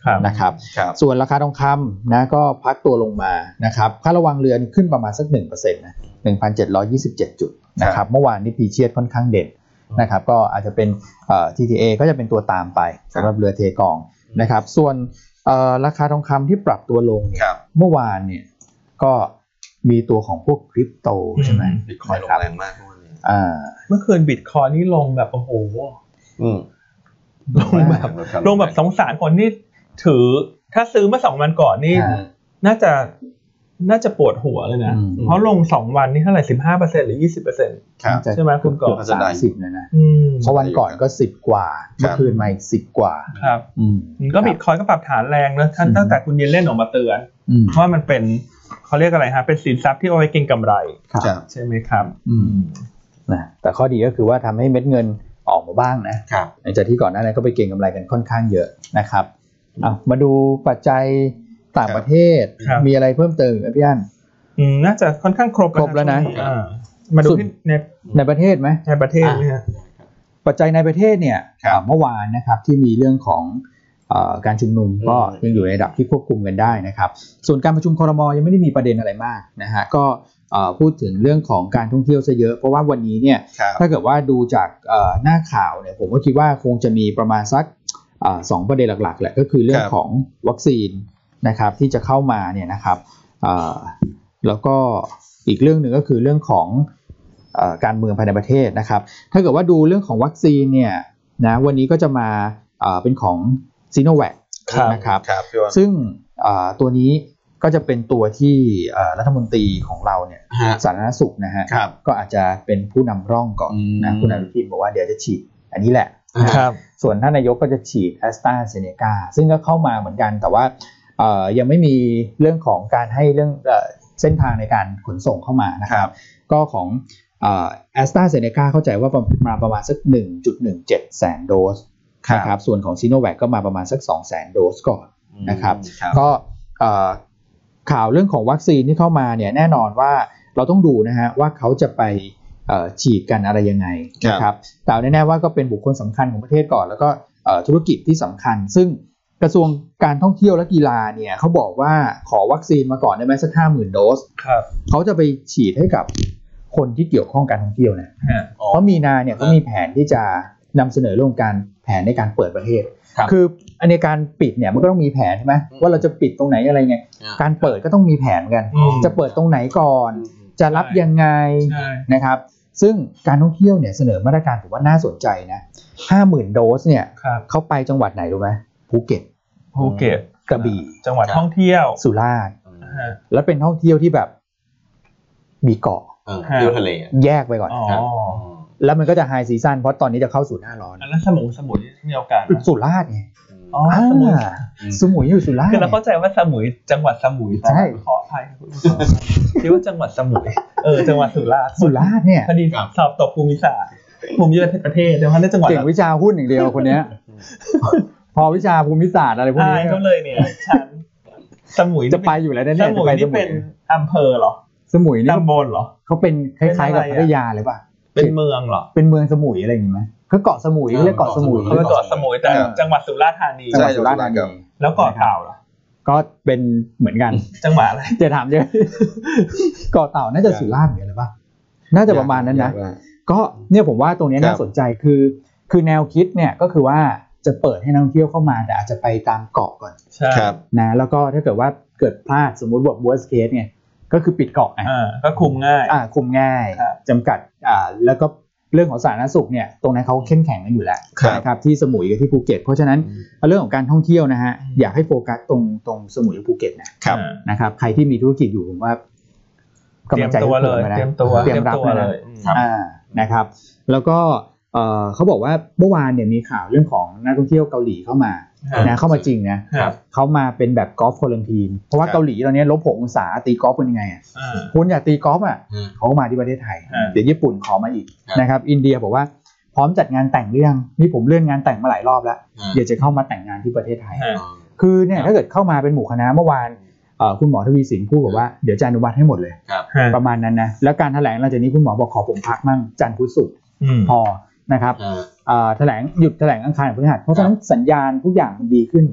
นะครับส่วนราคาทองคำนะก็พักตัวลงมานะครับค่าระวังเรือนขึ้นประมาณสัก หนึ่งเปอร์เซ็นต์ นะ หนึ่งพันเจ็ดร้อยยี่สิบเจ็ด จุดนะครับเมื่อวานนี้พีเชียดค่อนข้างเด่นนะครับก็อาจจะเป็นเอ่อ ที ที เอ ก็จะเป็นตัวตามไปสำหรับเรือเทกองนะครับส่วนเอ่อราคาทองคำที่ปรับตัวลงเนี่ยเมื่อวานเนี่ยก็มีตัวของพวกคริปโตใช่ไหม Bitcoin ลงแรงมากเมื่อวานนี้อ่าเมื่อคืน Bitcoin นี่ลงแบบโอ้โหอืมลงแบบลงแบบสงสารคนที่ถือถ้าซื้อเมื่อสองวันก่อนนี่น่าจะน่าจะปวดหัวเลยนะเพราะลงสองวันนี่เท่าไหร่ สิบห้าเปอร์เซ็นต์ หรือ ยี่สิบเปอร์เซ็นต์ ใช่มั้ยคุณก่อนสามสิบเลยนะเพราะวันก่อนก็สิบกว่าเมื่อคืนมาอีกสิบกว่าครับอืมก็ Bitcoin ก็ปรับฐานแรงนะตั้งแต่คุณเยนเล่นออกมาเตือนว่ามันเป็นเขาเรียกอะไรฮะเป็นสินทรัพย์ที่เอาไว้เก็งกำไรใช่ไหมครับอืมนะแต่ข้อดีก็คือว่าทำให้เม็ดเงินออกมาบ้างนะครับหลังจากที่ก่อนหน้านั้นก็ไปเก็งกำไรกันค่อนข้างเยอะนะครับอ่ะมาดูปัจจัยต่างประเทศมีอะไรเพิ่มเติมไหมพี่อั้นอืมน่าจะค่อนข้างครบครบแล้วนะมาดูที่ในในประเทศไหมในประเทศนะฮะปัจจัยในประเทศเนี่ยเมื่อวานนะครับที่มีเรื่องของการชุมนุมก็ยังอยู่ในระดับที่ควบคุมกันได้นะครับส่วนการประชุมครม.ยังไม่ได้มีประเด็นอะไรมากนะฮะก็พูดถึงเรื่องของการท่องเที่ยวซะเยอะเพราะว่าวันนี้เนี่ยถ้าเกิดว่าดูจากหน้าข่าวเนี่ยผมก็คิดว่าคงจะมีประมาณสักสองประเด็นหลักๆแหละก็คือเรื่องของวัคซีนนะครับที่จะเข้ามาเนี่ยนะครับแล้วก็อีกเรื่องหนึ่งก็คือเรื่องของการเมืองภายในประเทศนะครับถ้าเกิดว่าดูเรื่องของวัคซีนเนี่ยนะวันนี้ก็จะมาเป็นของซิโนแวคนะครับซึ่งตัวนี้ก็จะเป็นตัวที่รัฐมนตรีของเราเนี่ยสาธารณสุขนะฮะก็อาจจะเป็นผู้นำร่องก่อนนะคุณอนุทินบอกว่าเดี๋ยวจะฉีดอันนี้แหละส่วนท่านนายกก็จะฉีดแอสตราเซเนกาซึ่งก็เข้ามาเหมือนกันแต่ว่ายังไม่มีเรื่องของการให้เรื่องเส้นทางในการขนส่งเข้ามานะครับก็ของแอสตราเซเนกาเข้าใจว่ามาประมาณสัก หนึ่งจุดหนึ่งเจ็ด แสนโดสนะครับส่วนของซิโนแวคก็มาประมาณสัก สองแสนโดสก่อนนะครับก็ข่าวเรื่องของวัคซีนที่เข้ามาเนี่ยแน่นอนว่าเราต้องดูนะฮะว่าเขาจะไปฉีดกันอะไรยังไงนะครับแต่แน่ๆว่าก็เป็นบุคคลสำคัญของประเทศก่อนแล้วก็ธุรกิจที่สำคัญซึ่งกระทรวงการท่องเที่ยวและกีฬาเนี่ยเขาบอกว่าขอวัคซีนมาก่อนได้ไหมสัก ห้าหมื่น โดสเขาจะไปฉีดให้กับคนที่เกี่ยวข้องการท่องเที่ยวนะเพราะมีนาเนี่ยเขามีแผนที่จะนำเสนอเรื่องการแผนในการเปิดประเทศคืออันในการปิดเนี่ยมันก็ต้องมีแผนใช่ไหมว่าเราจะปิดตรงไหนอะไรไงการเปิดก็ต้องมีแผนกันจะเปิดตรงไหนก่อนจะรับยังไงนะครับซึ่งการท่องเที่ยวเนี่ยเสนอมาตรการผมว่าน่าสนใจนะ ห้าหมื่น โดสเนี่ยเขาไปจังหวัดไหนรู้ไหมภูเก็ตภูเก็ตกระบี่จังหวัดท่องเที่ยวสุราษฎร์แล้วเป็นท่องเที่ยวที่แบบมีเกาะเที่ยวทะเลแยกไปก่อนแล้วมันก็จะไฮซีซั่นเพราะตอนนี้จะเข้าสู่หน้าร้อนแล้วสมุยสมุยมีโอกาสสุราษฎร์ไงอ๋อสมุยสมุยอยู่สุราษฎร์คือเราเข้าใจว่าสมุยจังหวัดสมุยใช่ขออภัยคุณผู้ชมคิดว่าจังหวัดสมุยเออจังหวัดสุราษฎร์สุราษฎร์เนี่ยพอดีสอบตกภูมิศาสตร์ภูมิประเทศเดี๋ยวเขาได้จังหวัดเก่งวิชาหุ้นอย่างเดียวคนเนี้ยพอวิชาภูมิศาสตร์อะไรพวกนี้ก็เลยเนี่ยฉันสมุยจะไปอยู่แล้วแน่ๆสมุยนี่เป็นอำเภอเหรอสมุยนี่ตำบลเหรอเขาเป็นคล้ายๆกับพัทยาเลยป่ะเป็นเมืองเหรอเป็นเมืองสมุยอะไรอย่างงี้มั้ยคือเกาะสมุยเรียกเกาะสมุยเออเกาะสมุยแต่จังหวัดสุราษฎร์ธานีจังหวัดสุราษฎร์ธานีแล้วเกาะเต่าล่ะก็เป็นเหมือนกันจังหวัดอะไรจะถามเยอะเกาะเต่าน่าจะสุราษฎร์เหมือนกันหรือป่ะน่าจะประมาณนั้นนะก็เนี่ยผมว่าตรงนี้น่าสนใจคือคือแนวคิดเนี่ยก็คือว่าจะเปิดให้นักท่องเที่ยวเข้ามาแต่อาจจะไปตามเกาะก่อนใช่นะแล้วก็ถ้าเกิดว่าเกิดพลาดสมมุติว่า worst case เนี่ยก็คือปิดเกาะอ่าก็คุมง่ายอ่าคุมง่ายจำกัดอ่าแล้วก็เรื่องของสาธารณสุขเนี่ยตรงนั้นเขาเข้มแข็งกันอยู่แล้วนะครับที่สมุยกับที่ภูเก็ตเพราะฉะนั้นเรื่องของการท่องเที่ยวนะฮะอยากให้โฟกัสตรงตรงสมุยกับภูเก็ตนะครับนะครับใครที่มีธุรกิจอยู่ผมว่ากำลังใจตัวเลยเตรียมตัวเตรียมรับเลยอ่านะครับแล้วก็เอ่อเขาบอกว่าเมื่อวานเนี่ยมีข่าวเรื่องของนักท่องเที่ยวเกาหลีเข้ามานะเข้ามาจริงนะเขามาเป็นแบบกอล์ฟควอรันทีนเพราะว่าเกาหลีตอนนี้ลบหกองศาตีกอล์ฟเป็นยังไงอ่ะคุณอยากตีกอล์ฟอ่ะเขามาที่ประเทศไทยเดี๋ยวญี่ปุ่นขอมาอีกนะครับอินเดียบอกว่าพร้อมจัดงานแต่งเรื่องนี่ผมเลื่อนงานแต่งมาหลายรอบแล้วเดี๋ยวจะเข้ามาแต่งงานที่ประเทศไทยคือเนี่ยถ้าเกิดเข้ามาเป็นหมู่คณะเมื่อวานคุณหมอทวีสินพูดบอกว่าเดี๋ยวจะอนุมัติให้หมดเลยประมาณนั้นนะแล้วการแถลงหลังจากนี้คุณหมอบอกขอผมพักมั่งจันทร์พุธศุกร์พอนะครับแถลงหยุดแถลงอังคารพฤหัสเพราะฉะนั้นสัญญาณทุกอย่างมันดีขึ้น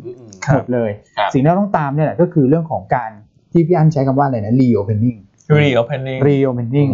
หมดเลยสิ่งที่เราต้องตามเนี่ยแหละก็คือเรื่องของการที่พี่อั้นใช้คำว่าอะไรนะ reopening reopening reopening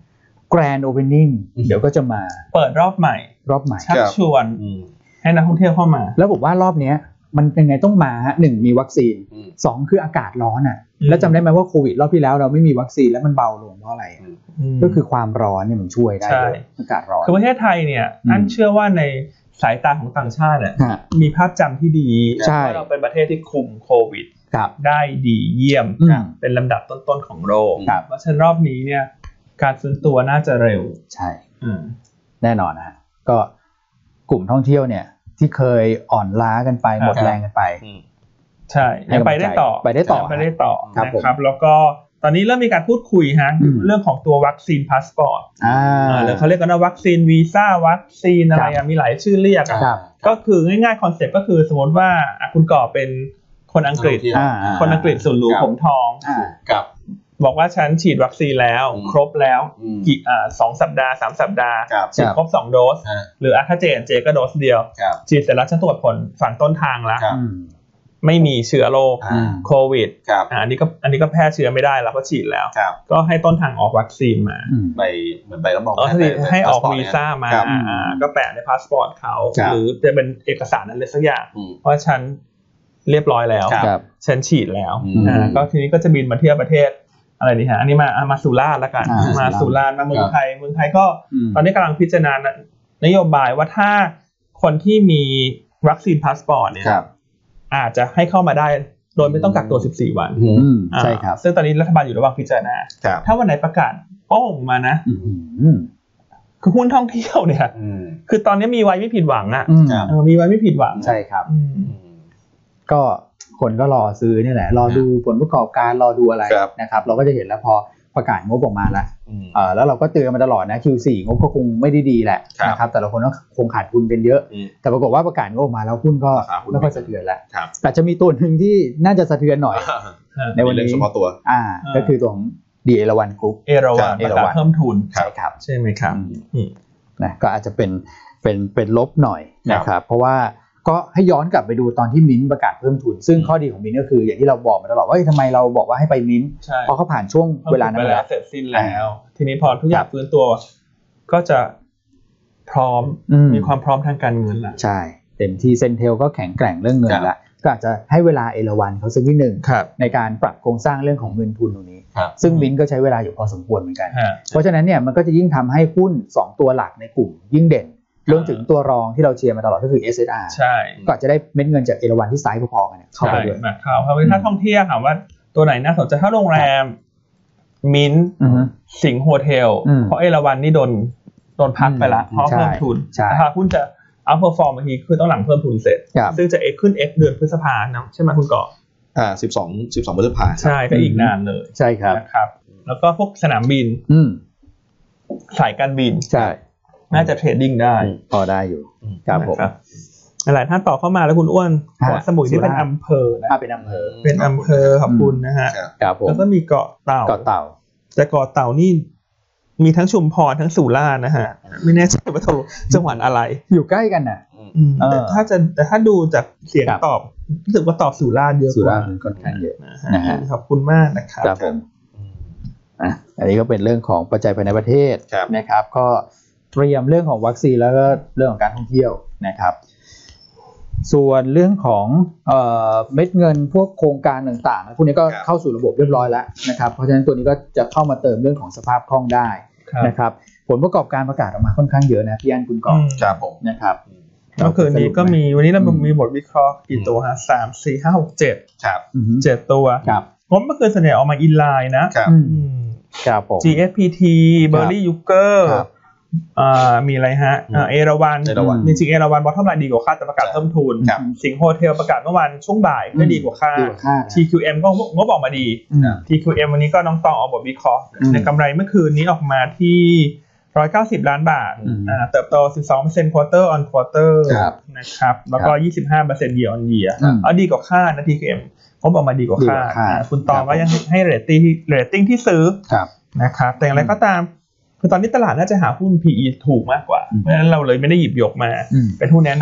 grand opening เดี๋ยวก็จะมาเปิดรอบใหม่รอบใหม่ชักชวนให้นักท่องเที่ยวเข้ามาแล้วผมว่ารอบนี้มันยังไงต้องมาฮะหนึ่งมีวัคซีนสองคืออากาศร้อนอ่ะแล้วจำได้ไหมว่าโควิดรอบที่แล้วเราไม่มีวัคซีนแล้วมันเบาลงเพราะอะไรก็คือความร้อนเนี่ยมันช่วยได้อากาศร้อนคือประเทศไทยเนี่ยอันเชื่อว่าในสายตาของต่างชาติเนี่ยมีภาพจำที่ดีว่าเราเป็นประเทศที่คุมโควิดได้ดีเยี่ยมเป็นลำดับต้นๆของโลกเพราะฉะนั้นรอบนี้เนี่ยการฟื้นตัวน่าจะเร็วใช่แน่นอนนะก็กลุ่มท่องเที่ยวเนี่ยที่เคยอ่อนล้ากันไปหมดแรงกันไปใช่ยังไปได้ต่อไปได้ต่อไปได้ต่อนะครับแล้วก็ตอนนี้เริ่มมีการพูดคุยฮะเรื่องของตัววัคซีนพาสปอร์ตอ่าหรือเขาเรียกกันว่าวัคซีนวีซ่าวัคซีนอะไรมีหลายชื่อเรียกก็คือง่ายๆคอนเซ็ปต์ก็คือสมมติว่าคุณก่อเป็นคนอังกฤษคนอังกฤษส่วนหรูผมทองบอกว่าฉันฉีดวัคซีนแล้วครบแล้วกี่อ่าสองสัปดาห์สามสัปดาห์ฉีดครบสองโดสหรือถ้าเจนเจก็โดสเดียวฉีดเสร็จแล้วฉันตรวจผลฝั่งต้นทางแล้วไม่มีเชื้อโรคโควิดอันนี้ก็อันนี้ก็แพร่เชื้อไม่ได้แล้วก็ฉีดแล้วก็ให้ต้นทางออกวัคซีนมาใบเหมือนใบรับรองให้ออกวีซ่ามาก็แปะในพาสปอร์ตเขาหรือจะเป็นเอกสารอะไรสักอย่างว่าฉันเรียบร้อยแล้วฉันฉีดแล้วก็ทีนี้ก็จะบินมาเที่ยวประเทศอะไรนี่ฮะอันนี้มามาสุราษฎร์แล้วกันมาสุราษฎร์มาเมืองไทยเมืองไทยก็ตอนนี้กำลังพิจารณานโยบายว่าถ้าคนที่มีวัคซีนพาสปอร์ตเนี่ยอาจจะให้เข้ามาได้โดยไม่ต้องกักตัวสิบสี่วันใช่ครับซึ่งตอนนี้รัฐบาลอยู่ระหว่างพิจารณาถ้าวันไหนประกาศโป้งมานะคือหุ้นท่องเที่ยวเนี่ยคือตอนนี้มีไว้ไม่ผิดหวังอ่ะมีไว้ไม่ผิดหวังใช่ครับก็คนก็รอซื้อนี่แหละรอดูผลประกอบการรอดูอะไรนะครับเราก็จะเห็นแล้วพอประกาศงบออกมาแล้วเออแล้วเราก็เตือนมาตลอดนะ คิว โฟร์ งบก็คงไม่ได้ดีแหละนะครับแต่ละคนก็คงขาดทุนเป็นเยอะแต่ปรากฏว่าประกาศงบออกมาแล้วหุ้นก็ไม่ค่อยสะเทือนแล้วแต่จะมีตัวนึงที่น่าจะสะเทือนหน่อยในวันนี้เฉพาะตัวอ่าก็คือตัวของ ดี เอราวัน Group เอราวันประกาศเพิ่มทุนใช่ครับใช่ไหมครับนะก็อาจจะเป็นเป็นเป็นลบหน่อยนะครับเพราะว่าก็ให้ย้อนกลับไปดูตอนที่มิ้นประกาศเพิ่มทุนซึ่งข้อดีของมิ้นก็คืออย่างที่เราบอกมาตลอดว่าทำไมเราบอกว่าให้ไปมิ้นเพราะเขาผ่านช่วงเวลานั้นแล้วเสร็จสิ้นแล้วทีนี้พอทุกอย่างฟื้นตัวก็จะพร้อมมีความพร้อมทางการเงินละใช่เต็มที่เซนเทลก็แข็งแกร่งเรื่องเงินละก็อาจจะให้เวลาเอราวันเขาสักนิดนึงในการปรับโครงสร้างเรื่องของเงินทุนตรงนี้ซึ่งมิ้นก็ใช้เวลาอยู่พอสมควรเหมือนกันเพราะฉะนั้นเนี่ยมันก็จะยิ่งทำให้หุ้นสองตัวหลักในกลุ่มยิ่งเด่นรวมถึงตัวรองที่เราเชียร์มาตลอดก็คือ เอส เอส อาร์ใช่ก็จะได้เม็ดเงินจากเอราวันที่ไซส์พอๆกันเข้าไปด้วยมาข่าวเพราะว่าถ้าท่องเที่ยวถามว่าตัวไหนน่าสนใจถ้าโรงแรมมิ้นสิงห์โฮเทลเพราะเอราวันนี่โดนโดนพักไปละเพราะเพิ่มทุนถ้าหุ้นจะอัพเพอร์ฟอร์มบางทีคือต้องหลังเพิ่มทุนเสร็จซึ่งจะ X ขึ้น X เดือนพฤษภาคมใช่ไหมคุณก่ออ่าสิบสอง สิบสองพฤษภาคมใช่ก็อีกนานเลยใช่ครับนะครับแล้วก็พวกสนามบินสายการบินใช่น่าจะเทรดดิ้งได้พอได้อยู่ครับผมหลายท่านต่อเข้ามาแล้วคุณอ้วนสมุยที่เป็นอำเภอนะเป็นอำเภอเป็นอำเภอขอบคุณนะฮะแล้วก็มีเกาะเต่าเกาะเต่าแต่เกาะเต่านี่มีทั้งชุมพรทั้งสุราษฎร์นะฮะไม่แน่ใจว่าจังหวัดอะไรอยู่ใกล้กันน่ะแต่ถ้าจะแต่ถ้าดูจากเสียงตอบรู้สึกว่าตอบสุราษฎร์เยอะสุราษฎร์ค่อนข้างเยอะนะฮะขอบคุณมากนะครับครับผมอ่ะอันนี้ก็เป็นเรื่องของปัจจัยภายในประเทศนะครับก็เตรียมเรื่องของวัคซีนแล้วก็เรื่องของการท่องเที่ยวนะครับส่วนเรื่องของเอ่อเม็ดเงินพวกโครงการต่างๆพวกนี้ก็เข้าสู่ระบบเรียบร้อยแล้วนะครับเพราะฉะนั้นตัวนี้ก็จะเข้ามาเติมเรื่องของสภาพคล่องได้นะครับผลประกอบการประกาศออกมาค่อนข้างเยอะนะพี่อั้นคุณกองครับผมนะครับเมื่อคืนนี้ก็มีวันนี้เรามีบทวิเคราะห์กี่ตัวฮะสาม สี่ ห้า หก เจ็ดครับเจ็ดตัวครับงบเมื่อคืนส่วนใหญ่ออกมาอินไลน์นะครับครับผมจี เอฟ พี ที Berry Yugerอ่ามีอะไรฮะอ่าเอราวันจริงๆเอราวันบอททอมไลน์ดีกว่าคาดแต่ประกาศเพิ่มทุนสิงห์โฮเทลประกาศเมื่อวานช่วงบ่ายก็ดีกว่าคาด ที คิว เอ็ม ก็งบออกมาดี ที คิว เอ็ม วันนี้ก็น้องตองออกบทวิเคราะห์ในกำไรเมื่อคืนนี้ออกมาที่หนึ่งร้อยเก้าสิบล้านบาทอ่าเติบโต สิบสองเปอร์เซ็นต์ quarter on quarter นะครับแล้วก็ ยี่สิบห้าเปอร์เซ็นต์ year on year เอาดีกว่าคาดนะ ที คิว เอ็ม งบออกมาดีกว่าคาดคุณตองก็ยังให้เรตติ้งเรตติ้งที่ซื้อนะครับแต่อย่างไรก็ตามคือตอนนี้ตลาดน่าจะหาหุ้น พี อี ถูกมากกว่าเพราะฉะนั้นเราเลยไม่ได้หยิบยกมาเป็นหุ้นแนะน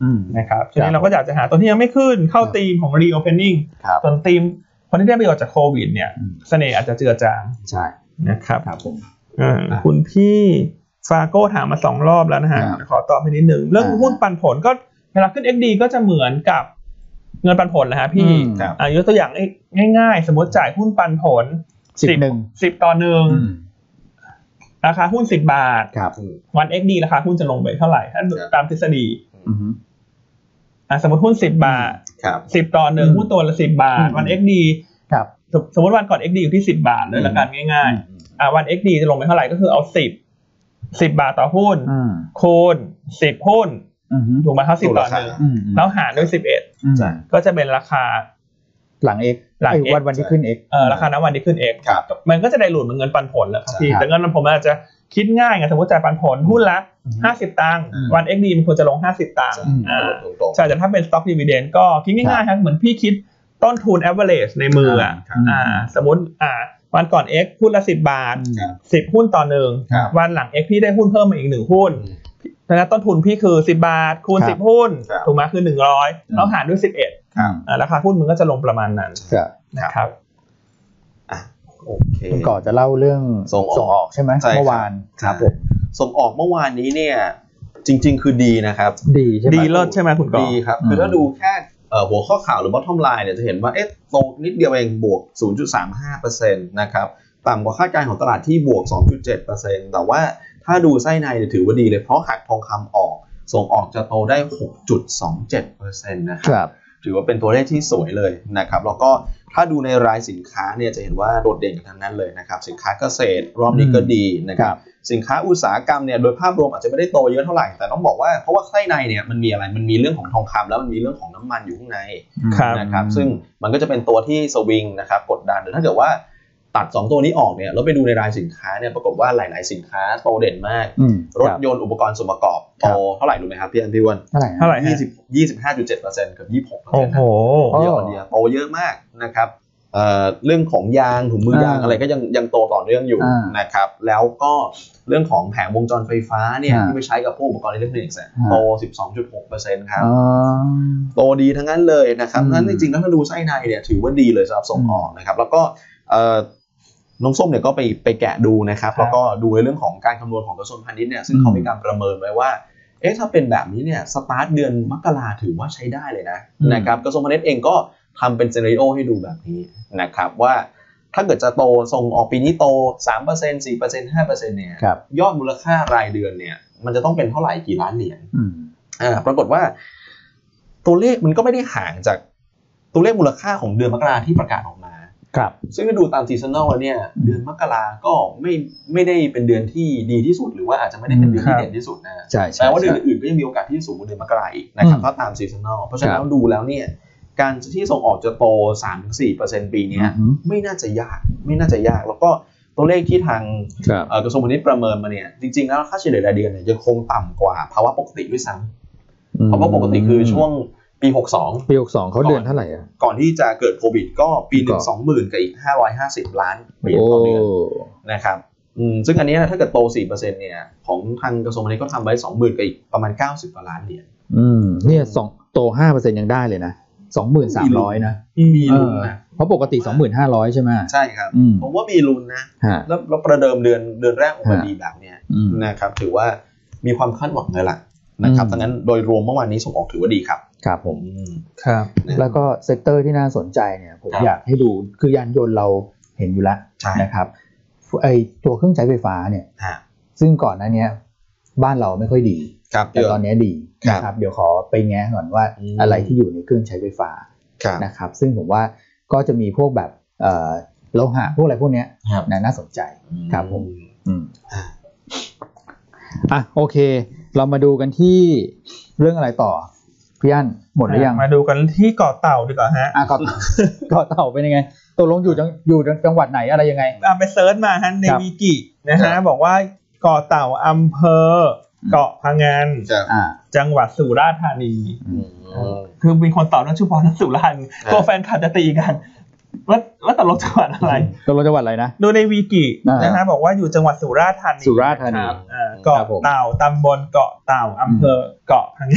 นะครับทีนี้เราก็อยากจะหาตัวที่ยังไม่ขึ้นเข้าธีมของ reopening ส่วนธีมคนที่ได้ประโยชน์จากโควิดเนี่ยเสน่ห์อาจจะเจือจางใช่นะครับครับผมคุณพี่ฟาโก้ถามมาสองรอบแล้วนะฮะขอตอบให้นิดนึงเรื่องหุ้นปันผลก็เวลาขึ้น เอ็กซ์ ดี ก็จะเหมือนกับเงินปันผลนะฮะพี่ยกตัวอย่างง่ายๆสมมติจ่ายหุ้นปันผลสิบสิบต่อหนึ่งราคาหุ้นสิบบาทวัน เอ็กซ์ ดี ราคาหุ้นจะลงไปเท่าไหร่ถ้าตามทฤษฎีสมมติหุ้นสิบบาทสิบต่อหนึ่งหุ้นตัวละสิบบาทวัน เอ็กซ์ ดี สมมติวันก่อน เอ็กซ์ ดี อยู่ที่สิบบาทเลยละกันง่ายๆวัน เอ็กซ์ ดี จะลงไปเท่าไหร่ก็คือเอาสิบ สิบบาทต่อหุ้นคูณสิบหุ้นถูกมั้ยเท่าสิบต่อหนึ่งแล้วหารด้วยสิบเอ็ดก็จะเป็นราคาหลัง X หลัง X วันวันที่ขึ้น X เออราคาณวันที่ขึ้น X มันก็จะได้หลุดเหมือนเงินปันผลแหละครับพี่แต่เงินปันผลมันอาจจะคิดง่ายไงสมมุติจ่ายปันผลหุ้นละห้าสิบตังค์วัน เอ็กซ์ ดี มันควรจะลงห้าสิบตังค์อ่าใช่แต่ถ้าเป็น stock dividend ก็คิดง่ายๆครับเหมือนพี่คิดต้นทุน average ในมืออ่ะอ่าสมมุติอ่าวันก่อน X หุ้นละสิบบาทสิบหุ้นต่อหนึ่งวันหลัง X พี่ได้หุ้นเพิ่มมาอีกหนึ่งหุ้นดังนั้นต้นทุนพี่คือสิบบาทคูณสิบหุ้นถูกมั้ยคือหนึ่งร้อยแล้วหารด้วยสิบเอ็ดอ่าราคาหุ้นมันก็จะลงประมาณนั้นนะครับอ่ะโอเคก่อนจะเล่าเรื่องส่งออกใช่มั้ยเมื่อวานครับผมส่งออกเมื่อวานนี้เนี่ยจริงๆคือดีนะครับดีใช่มั้ยดีเลิศใช่มั้ยคุณก่อดีครับคือถ้าดูแค่เอ่อหัวข้อข่าวหรือ bottom line เนี่ยจะเห็นว่าเอ๊ะโตนิดเดียวเองบวก ศูนย์จุดสามห้าเปอร์เซ็นต์ นะครับต่ำกว่าคาดการณ์ของตลาดที่บวก สองจุดเจ็ดเปอร์เซ็นต์ แต่ว่าถ้าดูไส้ในเนี่ยถือว่าดีเลยเพราะหักทองคำออกส่งออกจะโตได้ หกจุดสองเจ็ดเปอร์เซ็นต์ นะครับถือว่าเป็นตัวเลขที่สวยเลยนะครับแล้วก็ถ้าดูในรายสินค้าเนี่ยจะเห็นว่าโดดเด่นกันทั้งนั้นเลยนะครับสินค้าเกษตรรอบนี้ก็ดีนะครับสินค้าอุตสาหกรรมเนี่ยโดยภาพรวมอาจจะไม่ได้โตเยอะเท่าไหร่แต่ต้องบอกว่าเพราะว่าไส้ในเนี่ยมันมีอะไรมันมีเรื่องของทองคำแล้วมันมีเรื่องของน้ำมันอยู่ข้างในนะครับซึ่งมันก็จะเป็นตัวที่สวิงนะครับกดดันแต่ถ้าเกิดว่าตัดสองตัวนี้ออกเนี่ยแล้วไปดูในรายสินค้าเนี่ยปรากฏว่าหลายๆสินค้าโตเด่นมากรถยนต์อุปกรณ์ส่วนประกอบโตเท่าไหร่รู้ไหมครับพี่อันพี่วันเท่าไหร่เท่าไหร่ยี่สิบ ยี่สิบห้าจุดเจ็ดเปอร์เซ็นต์ เกือบ ยี่สิบหกเปอร์เซ็นต์โอ้โหเยอะเดียวโตเยอะมากนะครับเอ่อเรื่องของยางถุงมือยางอะไรก็ยังยังโตต่อเนื่องอยู่นะครับแล้วก็เรื่องของแผงวงจรไฟฟ้าเนี่ยที่ไปใช้กับพวกอุปกรณ์อิเล็กทรอนิกส์โต สิบสองจุดหกเปอร์เซ็นต์ ครับโตดีทั้งนั้นเลยนะครับงั้นจริงๆแล้วถ้าดูไส้ในเนี่ยถือว่าดีเลยสำหรับส่งออกนะครับแล้วก็เอ่อน้องส้มเนี่ยก็ไปไปแกะดูนะครับแล้วก็ดูในเรื่องของการคำนวณของกระทรวงพาณิชย์เนี่ยซึ่งเขามีการประเมินไว้ว่าเอ๊ะถ้าเป็นแบบนี้เนี่ยสตาร์ทเดือนมกราถือว่าใช้ได้เลยนะนะครับกระทรวงพาณิชย์เองก็ทำเป็นซีนาริโอให้ดูแบบนี้นะครับว่าถ้าเกิดจะโตส่งออกปีนี้โต สามเปอร์เซ็นต์ สี่เปอร์เซ็นต์ ห้าเปอร์เซ็นต์ เนี่ยยอดมูลค่ารายเดือนเนี่ยมันจะต้องเป็นเท่าไหร่กี่ล้านเหรียญอ่าปรากฏว่าตัวเลขมันก็ไม่ได้ห่างจากตัวเลขมูลค่าของเดือนมกราที่ประกาศออกมาครับซึ่งถ้าดูตามซีซันนอลแล้วเนี่ยเดือนมกราก็ไม่ไม่ได้เป็นเดือนที่ดีที่สุดหรือว่าอาจจะไม่ได้เป็นเดือนที่เด่นที่สุดนะใช่แต่ว่าเดือนอื่นๆก็ยังมีโอกาสที่สูงกว่าเดือนมกราอีกนะครับถ้าตามซีซันนอลเพราะฉะนั้นดูแล้วเนี่ยการที่ส่งออกจะโต สามถึงสี่เปอร์เซ็นต์ ปีนี้ไม่น่าจะยากไม่น่าจะยากแล้วก็ตัวเลขที่ทางกระทรวงพาณิชย์ประเมินมาเนี่ยจริงๆแล้วค่าเฉลี่ยรายเดือนเนี่ยยังคงต่ำกว่าภาวะปกติด้วยซ้ำเพราะว่าปกติคือช่วงปีหกสิบสองปีหกสิบสองเขาเดือนเท่าไหร่อ่ะก่อนที่จะเกิดโควิดก็ปีหนึ่ง สองหมื่นกับอีกห้าร้อยห้าสิบล้านเหรียญต่อเดือนนะครับอืมซึ่งอันนี้นะถ้าเกิดโต สี่เปอร์เซ็นต์ เนี่ยของทางกระทรวงพาณิชย์ก็ทำไว้ สองหมื่นกับอีกประมาณเก้าสิบกว่าล้านเหรียญอืมเนี่ยสองโต ห้าเปอร์เซ็นต์ ยังได้เลยนะ สองหมื่นสามร้อย นะมีลุ้นนะเพราะปกติ สองหมื่นห้าร้อย ใช่มั้ยใช่ครับผมว่ามีลุ้นนะแล้วแล้วประเดิมเดือนเดือนแรกออกมาดีแบบเนี้ยนะครับถือว่ามีความคาดหวังเลยล่ะนะครับดังนั้นโดยรวมเมื่อวานนี้ส่งออกถือว่าดีครับครับผมครับแล้วก็เซกเตอร์ที่น่าสนใจเนี่ยผมอยากให้ดูคือยานยนต์เราเห็นอยู่แล้วนะครับไอตัวเครื่องใช้ไฟฟ้าเนี่ยซึ่งก่อนหน้านี้บ้านเราไม่ค่อยดีแต่ตอนนี้ดีนะครับเดี๋ยวขอไปแง้ก่อนว่าอะไรที่อยู่ในเครื่องใช้ไฟฟ้านะครับซึ่งผมว่าก็จะมีพวกแบบเอ่อโลหะพวกอะไรพวกนี้น่าสนใจครับผมอืมอ่ะโอเคเรามาดูกันที่เรื่องอะไรต่อพี่อั้นหมดหรือยังมาดูกันที่เกาะเต่าดีกว่าฮะอ่ะเกาะเกาะเต่าเป็นยังไงตกลงอยู่จังอยู่จังหวัดไหนอะไรยังไงอ่ะไปเซิร์ชมาฮะในวิกินะฮะบอกว่าเกาะเต่าอำเภอเกาะพะงันจังหวัดสุราษฎร์ธานีคือมีคนตอบเรื่องชื่อพรสุราษฎร์ตัวแฟนคลับจะตีกันว่าว่าตกลงจังหวัดอะไรตกลงจังหวัดอะไรนะดูในวีกินะฮะบอกว่าอยู่จังหวัดสุราษฎร์ธานีสุราษฎร์ธานีเกาะเต่าตำบลเกาะเต่าอำเภอเกาะพะงัน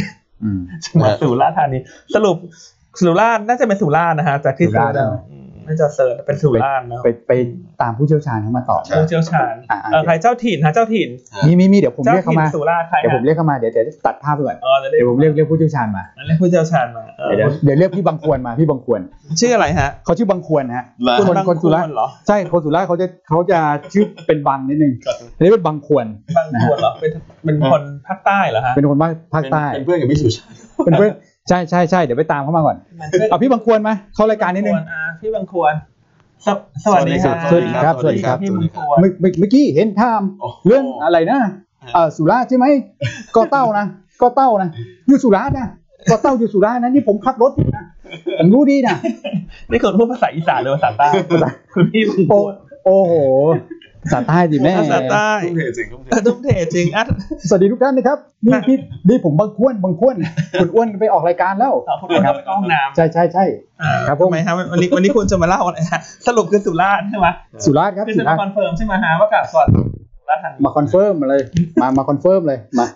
จังหวัดสุราษฎร์ธานีสรุปสุราษฎร์น่าจะเป็นสุราษฎร์นะฮะจากที่เซิร์ชน่าจะเซิร์ชเป็นสุราษฎร์นะไปไปตามผู้เชี่ยวชาญเข้ามาตอบผู้เชี่ยวชาญเออใครเจ้าถิ่นฮะเจ้าถิ่นมีมีมีเดี๋ยวผมเรียกเข้ามาสุราษฎร์ใครเดี๋ยวผมเรียกเข้ามาเดี๋ยวเดี๋ยวตัดภาพไปก่อนเดี๋ยวผมเรียกเรียกผู้เชี่ยวชาญมาเรียกผู้เชี่ยวชาญมาเดี๋ยวเดี๋ยวเรียกพี่บางควรมาพี่บางควรชื่ออะไรฮะเขาชื่อบางควรฮะคนคนสุราษฎร์ใช่คนสุราษฎร์เขาจะเขาจะชื่อเป็นบางนิดนึงอันนี้เป็นบางควรบางควรเหรอเป็นเป็นคนภาคใต้เหรอฮะเป็นคนภาคใต้เป็นเพื่อนกับพี่สุชาติเป็นเพื่อนใช่ใช่ใช่เดี๋ยวไปตามเข้ามาก่อนเอาพี่บางควรมาเข้ารายการนิดนึงพี่บางควรสวัสดีครับสวัสดีครับสวัสดีครับพี่บางควรเมื่อกี้เห็นถามเรื่องอะไรนะเออสุราษฎร์ใช่ไหมก็เต้านะก็เต้านะอยู่สุราษฎร์นะก็เต้าอยู่สุราษฎร์นะนี่ผมขับรถนะผมรู้ดีนะนี่คนพูดภาษาอีสานหรือภาษาใต้คุณพี่บางควรโอ้โหภาษาใต้ดิแม่ภาษาใต้ทุ่มเทจริงอ่ะสวัสดีทุกท่านนะครับนี่พี่นี่ผมบางควรบางควรคุณอ้วนไปออกรายการแล้วคุณอ้วนไปห้องน้ำใช่ใช่ใช่ครับผมทำไมครับวันนี้วันนี้คุณจะมาเล่าอะไรฮะสรุปคือสุราษฎร์ใช่ไหมสุราษฎร์ครับคือจะมาคอนเฟิร์มใช่ไหมฮะว่ากลับก่อนมาคอนเฟิร์มมาเลยมามาคอนเฟิร์มเลยมา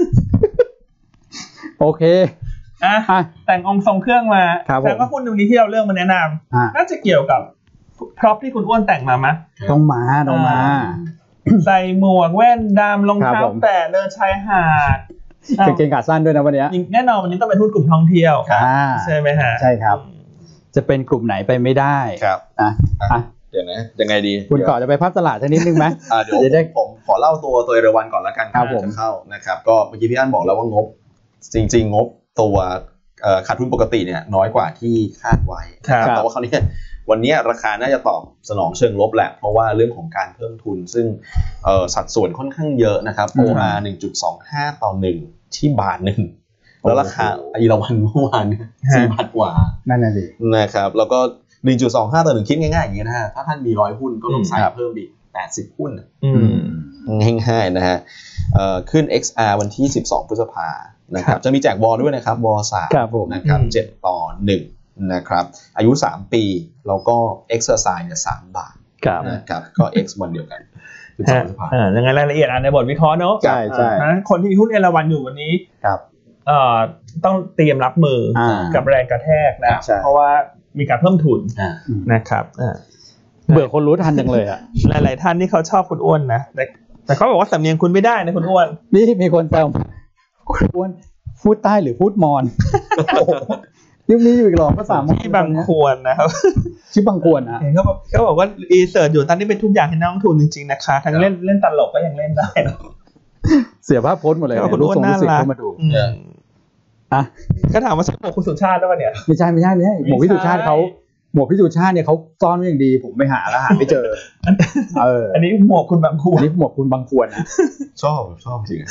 โอเคอ่ะแต่งองค์ทรงเครื่องมาแล้วก็หุ้นตรงนี้ที่เราเลือกมาแนะนำน่าจะเกี่ยวกับพร็อพที่คุณอ้วนแต่งมาไหมต้องมาต้องมาใส่หมวกแว่นดำรองเท้าแตะเดินชายหาดกางเกงขาสั้นด้วยนะวันนี้แน่นอนวันนี้ต้องเป็นหุ้นกลุ่มท่องเที่ยวใช่ไหมฮะใช่ครับจะเป็นกลุ่มไหนไปไม่ได้ครับอ่ะอ่ะเดี๋ยวนะยังไงดีคุณก่อนจะไปภาพตลาดสักนิดนึงไหมอ่าเดี๋ยวผมขอเล่าตัวตัวเอราวัณก่อนละกันครับผมเข้านะครับก็เมื่อกี้พี่อั้นบอกแล้วว่างบจริงๆงบตัวขาดทุนปกติเนี่ยน้อยกว่าที่คาดไว้แต่ว่าคราวนี้วันนี้ราคาน่าจะตอบสนองเชิงลบแหละเพราะว่าเรื่องของการเพิ่มทุนซึ่งสัดส่วนค่อนข้างเยอะนะครับ โอ อาร์ หนึ่งจุดสองห้า ต่อหนึ่งที่บาทหนึ่งแล้วราคาเอราวัณเมื่อวานสี่บาทกว่านั่นน่ะสินะครับแล้วก็ หนึ่งจุดสองห้า ต่อหนึ่งคิดง่ายๆอย่างนี้นะฮะถ้าท่านมีหนึ่งร้อยหุ้นก็ต้องใส่เพิ่มอีกแปดสิบหุ้นง่ายๆนะฮะขึ้น เอ็กซ์ อาร์ วันที่สิบสองพฤษภาคมนะครับจะมีแจกวอลด้วยนะครับวอลสามนะครับเจ็ดต่อหนึ่งนะครับอายุสามปีแล้วก็ exercise เนี่ยสามบาทนะครับก็ X วันเดียวกันคือสองสภาพอ่ายังไงรายละเอียดอ่านในบทวิเคราะห์เนาะใช่ใช่คนที่มีหุ้นเอราวัณอยู่วันนี้ครับเอ่อต้องเตรียมรับมือกับแรงกระแทกนะเพราะว่ามีการเพิ่มทุนนะครับเบื่อคนรู้ทันจังเลยอ่ะหลายๆท่านที่เขาชอบคุณอ้วนนะแต่แต่เขาบอกว่าสำเนียงคุณไม่ได้นะคุณอ้วนนี่มีคนแซวคุณอ้วนพูดใต้หรือพูดมอญยังมีอยู่อีกหรอภาษามอญที่บางควรนะครับชื่อบางควรอ่ะเห็นเขาบอกเขาบอกว่าอีเสิร์ชอยู่ตอนนี้เป็นทุกอย่างให้นักลงทุนจริงๆนะคะทั้งเล่นเล่นตลกก็ยังเล่นได้เนาะเสียภาพพจน์หมดเลยคุณอ้วนน่ารักเข้ามาดูอ่ะก็ถามว่าใช่หมวกคุณสุชาติแล้วป่ะเนี่ยไม่ใช่ไม่ใช่ไม่ใช่หมวกพี่สุชาติเขาหมวกพี่สุชาติเนี่ยเขาซ่อนไว้อย่างดีผมไปหาแล้วหาไม่เจอเอออันนี้หมวกคุณบางควรอันนี้หมวกคุณบางควรนะชอบชอบจริง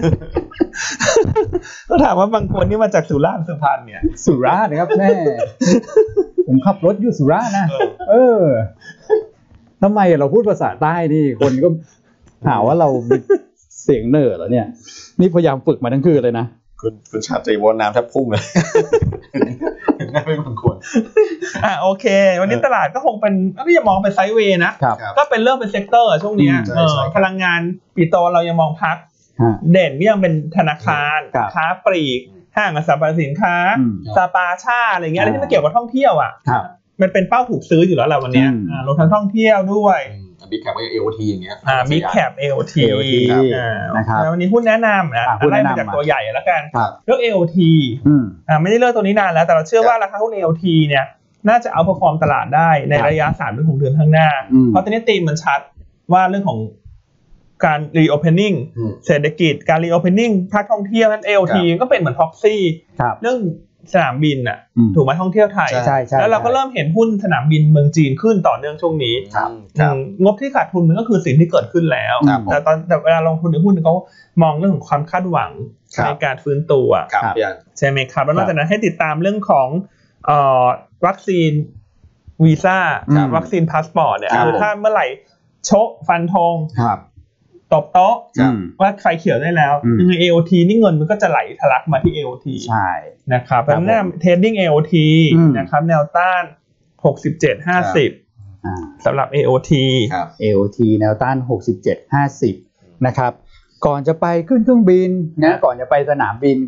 ก็ถามว่าบางควรนี่มาจากสุราษฎร์สุพรรณเนี่ยสุราษฎร์นะครับแม่ผมขับรถอยู่สุราษฎร์นะเออทำไมเราพูดภาษาใต้นี่คนก็หาว่าเราเสียงเหน่อเหรอเนี่ยนี่พยายามฝึกมาทั้งคืนเลยนะคุณคุณชาติวนน้ำแทบพุ่งเลยน่าไม่บางควรอ่ะโอเควันนี้ตลาดก็คงเป็นก็ยังมองเป็นไซด์เวย์นะก็เป็นเรื่องเป็นเซกเตอร์ช่วงนี้พลังงานปิโตรเรายังมองพักเด่นนี่ยังเป็นธนาคารค้าปลีกห้างอสังหาริมสินค้าสปาชาอะไรเงี้ยอะไรที่มันเกี่ยวกับท่องเที่ยวอ่ะมันเป็นเป้าถูกซื้ออยู่แล้วแหละวันนี้รวมทั้งท่องเที่ยวด้วยบิ๊กแคปก็ เอ โอ ที อย่างเงี้ยอ่าบิ๊กแคป เอ โอ ที นะครับแล้ววันนี้หุ้นแนะนำนะอะไรมาจากตัวใหญ่แล้วกันเลือก เอ โอ ที อ่าไม่ได้เลือกตัวนี้นานแล้วแต่เราเชื่อว่าราคาหุ้น เอ โอ ที เนี่ยน่าจะเอาเพอร์ฟอร์มตลาดได้ในระยะ สามถึงหก เดือนข้างหน้าเพราะตอนนี้ธีมมันชัดว่าเรื่องของการ reopening เศรษฐกิจการ reopening ภาคท่องเที่ยวนั้น เอ โอ ที ก็เป็นเหมือน proxy เรื่องสนามบินน่ะถูกไหมท่องเที่ยวไทยแล้วเราก็เริ่มเห็นหุ้นสนามบินเมืองจีนขึ้นต่อเนื่องช่วงนี้งบที่ขาดทุนมันก็คือสิ่งที่เกิดขึ้นแล้วแต่ตอนแต่เวลาลงทุนในหุ้นเขามองเรื่องของความคาดหวังในการฟื้นตัวใช่ไหมครับแล้วนอกจากนั้นให้ติดตามเรื่องของวัคซีนวีซ่าวัคซีนพาสปอร์ตเนี่ยคือถ้าเมื่อไหร่โชะฟันธงตบโต๊ะว่าไฟเขียวได้แล้วยังไง เอ โอ ที นี่เงินมันก็จะไหลทะลักมาที่ เอ โอ ทีใช่นะครับแล้วแนวเทรดดิ้ง เอ โอ ที นะครับแนวต้านหกสิบเจ็ด ห้าสิบอ่าสำหรับ เอ โอ ทีครับ เอ โอ ที แนวต้านหกสิบเจ็ด ห้าสิบนะครับก่อนจะไปขึ้นเครื่องบินนะก่อนจะไปสนามบินก่อน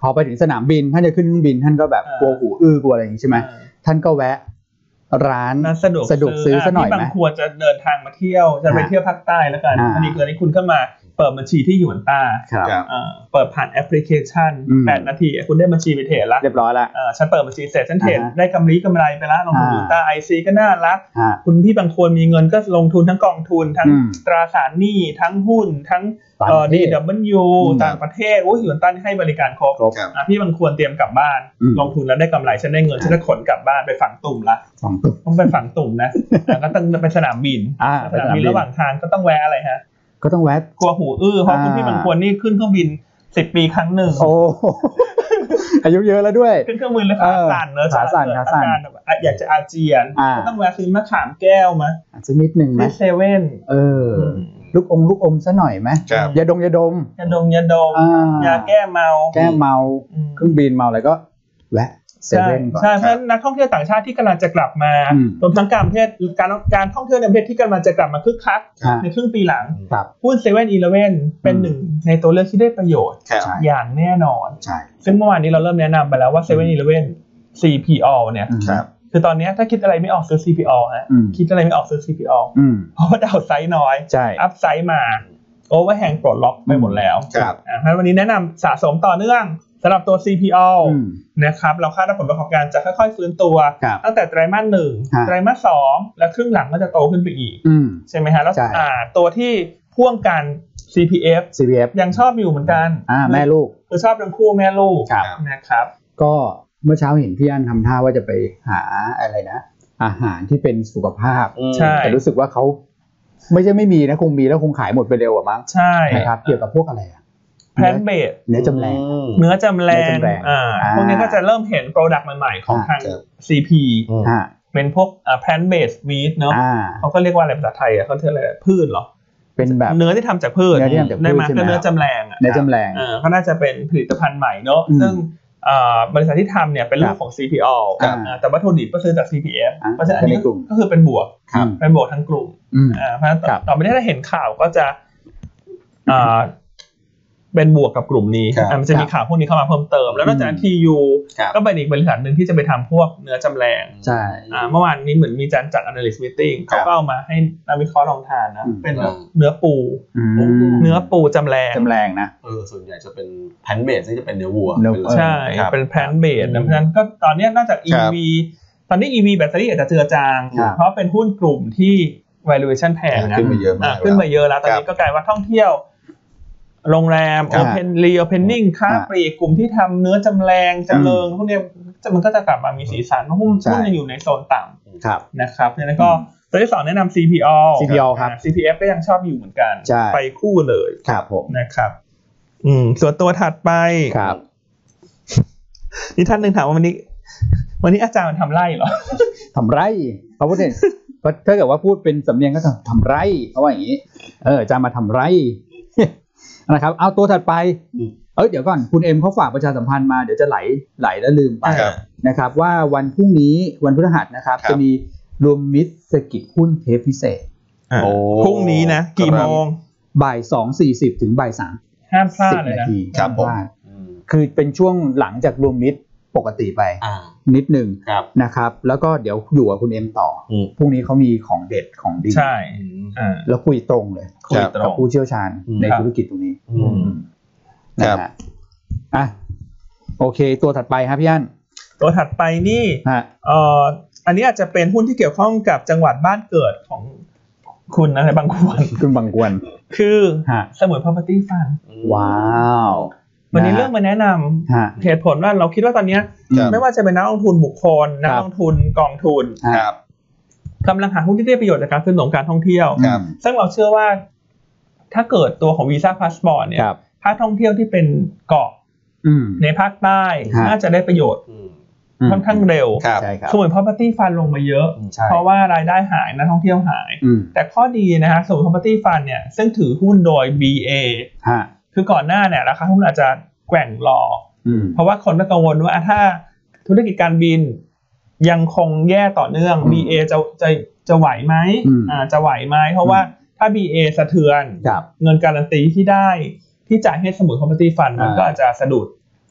พอไปถึงสนามบินท่านจะขึ้นเครื่องบินท่านก็แบบกลัวหูอื้อกลัวอะไรอย่างนี้ใช่ไหมท่านก็แวะร้านสะดวกสะดวกซื้อซะหน่อยไหมบางควรจะเดินทางมาเที่ยวจะไปเที่ยวภาคใต้แล้วกันอันนี้คือนี้คุณก็มาเปิดบัญชีที่หยวนต้าเปิดผ่านแอปพลิเคชันแปดนาทีคุณได้บัญชีไปเทรดแล้วเรียบร้อยแล้วฉันเปิดบัญชีเสร็จฉันเทรดได้กำไรกำไรไปแล้วลงทุนหยวนต้า ไอ ซี ก็น่ารักคุณพี่บางคนมีเงินก็ลงทุนทั้งกองทุนทั้งตราสารหนี้ทั้งหุ้นทั้งเอ่อ ดี ดับเบิลยู ต่างประเทศโอ้ยหยวนต้าให้บริการครบพี่บางคนเตรียมกลับบ้านลงทุนแล้วได้กำไรฉันได้เงินฉันจะขนกลับบ้านไปฝังตุ่มละฝังตุ่มต้องไปฝังตุ่มนะก็ต้องไปสนามบินสนามบินระหว่างทางก็ต้องแวะอะไรฮะก็ต้องแวะกลัวหูอื้อเพราะคุณพี่บางคนนี่ขึ้นเครื่องบินสิบปีครั้งหนึ่งโอ้อายุเยอะแล้วด้วยขึ้นเครื่องบินแล้วขาสั่นเนอะขาสั่นขาสั่นอยากจะอาเจียนก็ต้องแวะซื้อมะขามแก้วมาอาจจะนิดนึงไหมเซเว่นเออลูกอมลูกอมซะหน่อยไหมยาดมยาดมยาดมยาดมยาแก้เมาแก้เมาเครื่องบินเมาอะไรก็แวะเซเว่นก่อนใช่เพราะนักท่องเที่ยวต่างชาติที่กำลังจะกลับมารวมทั้งการประเทศการการท่องเที่ยวในประเทศที่กำลังจะกลับมาคึกคักในครึ่งปีหลังหุ้น เซเว่น อีเลฟเว่น เป็นหนึ่งในตัวเลือกที่ได้ประโยชน์อย่างแน่นอนซึ่งเมื่อวานนี้เราเริ่มแนะนำไปแล้วว่า เซเว่น อีเลฟเว่น ซี พี โอ เนี่ยคือตอนนี้ถ้าคิดอะไรไม่ออกซื้อ ซี พี โอ ฮะคิดอะไรไม่ออกซื้อ ซี พี โอ เพราะว่าดาวไซด์น้อยอัพไซด์มาโอเวอร์แฮงปลดล็อกไปหมดแล้วเพราะวันนี้แนะนำสะสมต่อเนื่องสำหรับตัว ซี พี โอ นะครับเราคาดว่าผลประกอบการจะค่อยๆฟื้นตัวตั้งแต่ไตรมาสหนึ่งไตรมาสสองและครึ่งหลังก็จะโตขึ้นไปอีกใช่ไหมฮะแล้วตัวที่พ่วงกัน ซี พี เอฟซี พี เอฟยังชอบอยู่เหมือนกันแม่ลูกคือชอบทั้งคู่แม่ลูกนะครับก็เมื่อเช้าเห็นพี่อั้นทำท่าว่าจะไปหาอะไรนะอาหารที่เป็นสุขภาพแต่รู้สึกว่าเขาไม่ใช่ไม่มีนะคงมีแล้วคงขายหมดไปเร็วอะมั้งใช่นะครับเกี่ยวกับพวกอะไรอะแพลนเบสเนื้อจำแรงเนื้อจำแรงอ่าพวกนี้ก็จะเริ่มเห็นโปรดักต์ใหม่ๆของทาง ซี พี เป็นพวกอ่าแพลนเบสมีทเนาะเขาก็เรียกว่าอะไรภาษาไทยอ่ะเขาเรียกอะไรพืชเหรอเป็นแบบเนื้อที่ทำจากพืชได้มาก็เนื้อจำแรงอ่ะเนื้อจำแรงอ่าก็น่าจะเป็นผลิตภัณฑ์ใหม่เนาะซึ่งอ่าบริษัทที่ทำเนี่ยเป็นลูกของ ซี พี โอ แต่วัตถุดิบก็ซื้อจาก ซี พี เอฟ เพราะฉะนั้นอันนี้ก็คือเป็นบวกเป็นบวกทั้งกลุ่มอ่าเพราะฉะนั้นต่อไปนี้ถ้าเห็นข่าวก็จะอ่าเป็นบวกกับกลุ่มนี้มันจะมีข่าวพวกนี้เข้ามาเพิ่มเติมแล้วนอกจากนั้น ที ยู ก็เป็นอีกบริษัทนึงที่จะไปทำพวกเนื้อจำแรงใช่เมื่อวานนี้เหมือนมีการจัด analyst meeting เขาก็เอามาให้นักวิเคราะห์ลองทานนะเป็นเนื้อปูเนื้อปูจำแรงจำแรงนะเออส่วนใหญ่จะเป็นแพลนเบสที่จะเป็นเนื้อวัวใช่เป็นแพลนเบสเพราะฉะนั้นก็ตอนนี้นอกจาก อี วี ตอนนี้ อี วี แบตเตอรี่อาจจะเจือจางเพราะเป็นหุ้นกลุ่มที่ valuation แพงนะขึ้นมาเยอะมากขึ้นมาเยอะแล้วตอนนี้ก็กลายว่าท่องเที่ยวโรงแรม Open Reopening ค้าปลีกกลุ่มที่ทำเนื้อจำแรงจำเริงพวกนี้มันก็จะกลับมามีสีสันเพราะหุ้นหุ้นยังอยู่ในโซนต่ำนะครับดังนั้นก็ตัวที่สองแนะนำ ซี พี โอซี พี โอ ครับซี พี เอฟ ก็ยังชอบอยู่เหมือนกันไปคู่เลยครับผมนะครับอืมส่วนตัวถัดไปครับนี่ท่านนึงถามว่าวันนี้วันนี้อาจารย์มันทำไร่เหรอทำไร่เขาพูดเองถ้าเกิดว่าพูดเป็นสำเนียงก็ทำไร่เขาว่าอย่างนี้เอออาจารย์มาทำไร่นะครับเอาตัวถัดไปเอ้ยเดี๋ยวก่อนคุณเอ็มเขาฝากประชาสัมพันธ์มาเดี๋ยวจะไหลไหลแล้วลืมไปนะครับว่าวันพรุ่งนี้วันพฤหัสนะครับจะมีรวมมิตรสกิจหุ้นเทปพิเศษพรุ่งนี้นะกี่โมงบ่ายสองสี่สิบถึงบ่ายสามห้ามพลาดเลยนะห้ามพลาดคือเป็นช่วงหลังจากรวมมิตรปกติไปนิดนึงนะครับแล้วก็เดี๋ยวอยู่กับคุณเอ็มต่อพรุ่งนี้เขามีของเด็ดของดีใช่แล้วคุยตรงเลยกับผู้เชี่ยวชาญในธุรกิจตรงนี้นะฮะอ่ะโอเคตัวถัดไปครับพี่อั้นตัวถัดไปนี่เอ่ออันนี้อาจจะเป็นหุ้นที่เกี่ยวข้องกับจังหวัดบ้านเกิดของคุณนะในบางกวนคุณบางกวนคือสมุย property fund ว้าววันนี้เรื่องมาแนะนำเหตุผลว่าเราคิดว่าตอนนี้ไม่ว่าจะเป็นนักลงทุนบุคคลนักลงทุนกองทุนกำลังหาหุ้นที่ได้ประโยชน์จากการขึ้นของการท่องเที่ยวซึ่งเราเชื่อว่าถ้าเกิดตัวของวีซ่าพาสปอร์ตเนี่ยภาคท่องเที่ยวที่เป็นเกาะในภาคใต้น่าจะได้ประโยชน์ค่อนข้างเร็วสมุย property fund ลงมาเยอะเพราะว่ารายได้หายนักท่องเที่ยวหายแต่ข้อดีนะฮะสมุย property fund เนี่ยซึ่งถือหุ้นโดย บี เอคือก่อนหน้าเนี่ยราคาหุ้นอาจจะแกว่งรอเพราะว่าคนก็กังวลว่าถ้าธุรกิจการบินยังคงแย่ต่อเนื่อง บี เอ จะจะจะไหวไหมอ่าจะไหวไหมเพราะว่าถ้า บี เอ สะเทือนเงินการันตีที่ได้ที่จ่ายให้สมุย property fund มันก็อาจจะสะดุด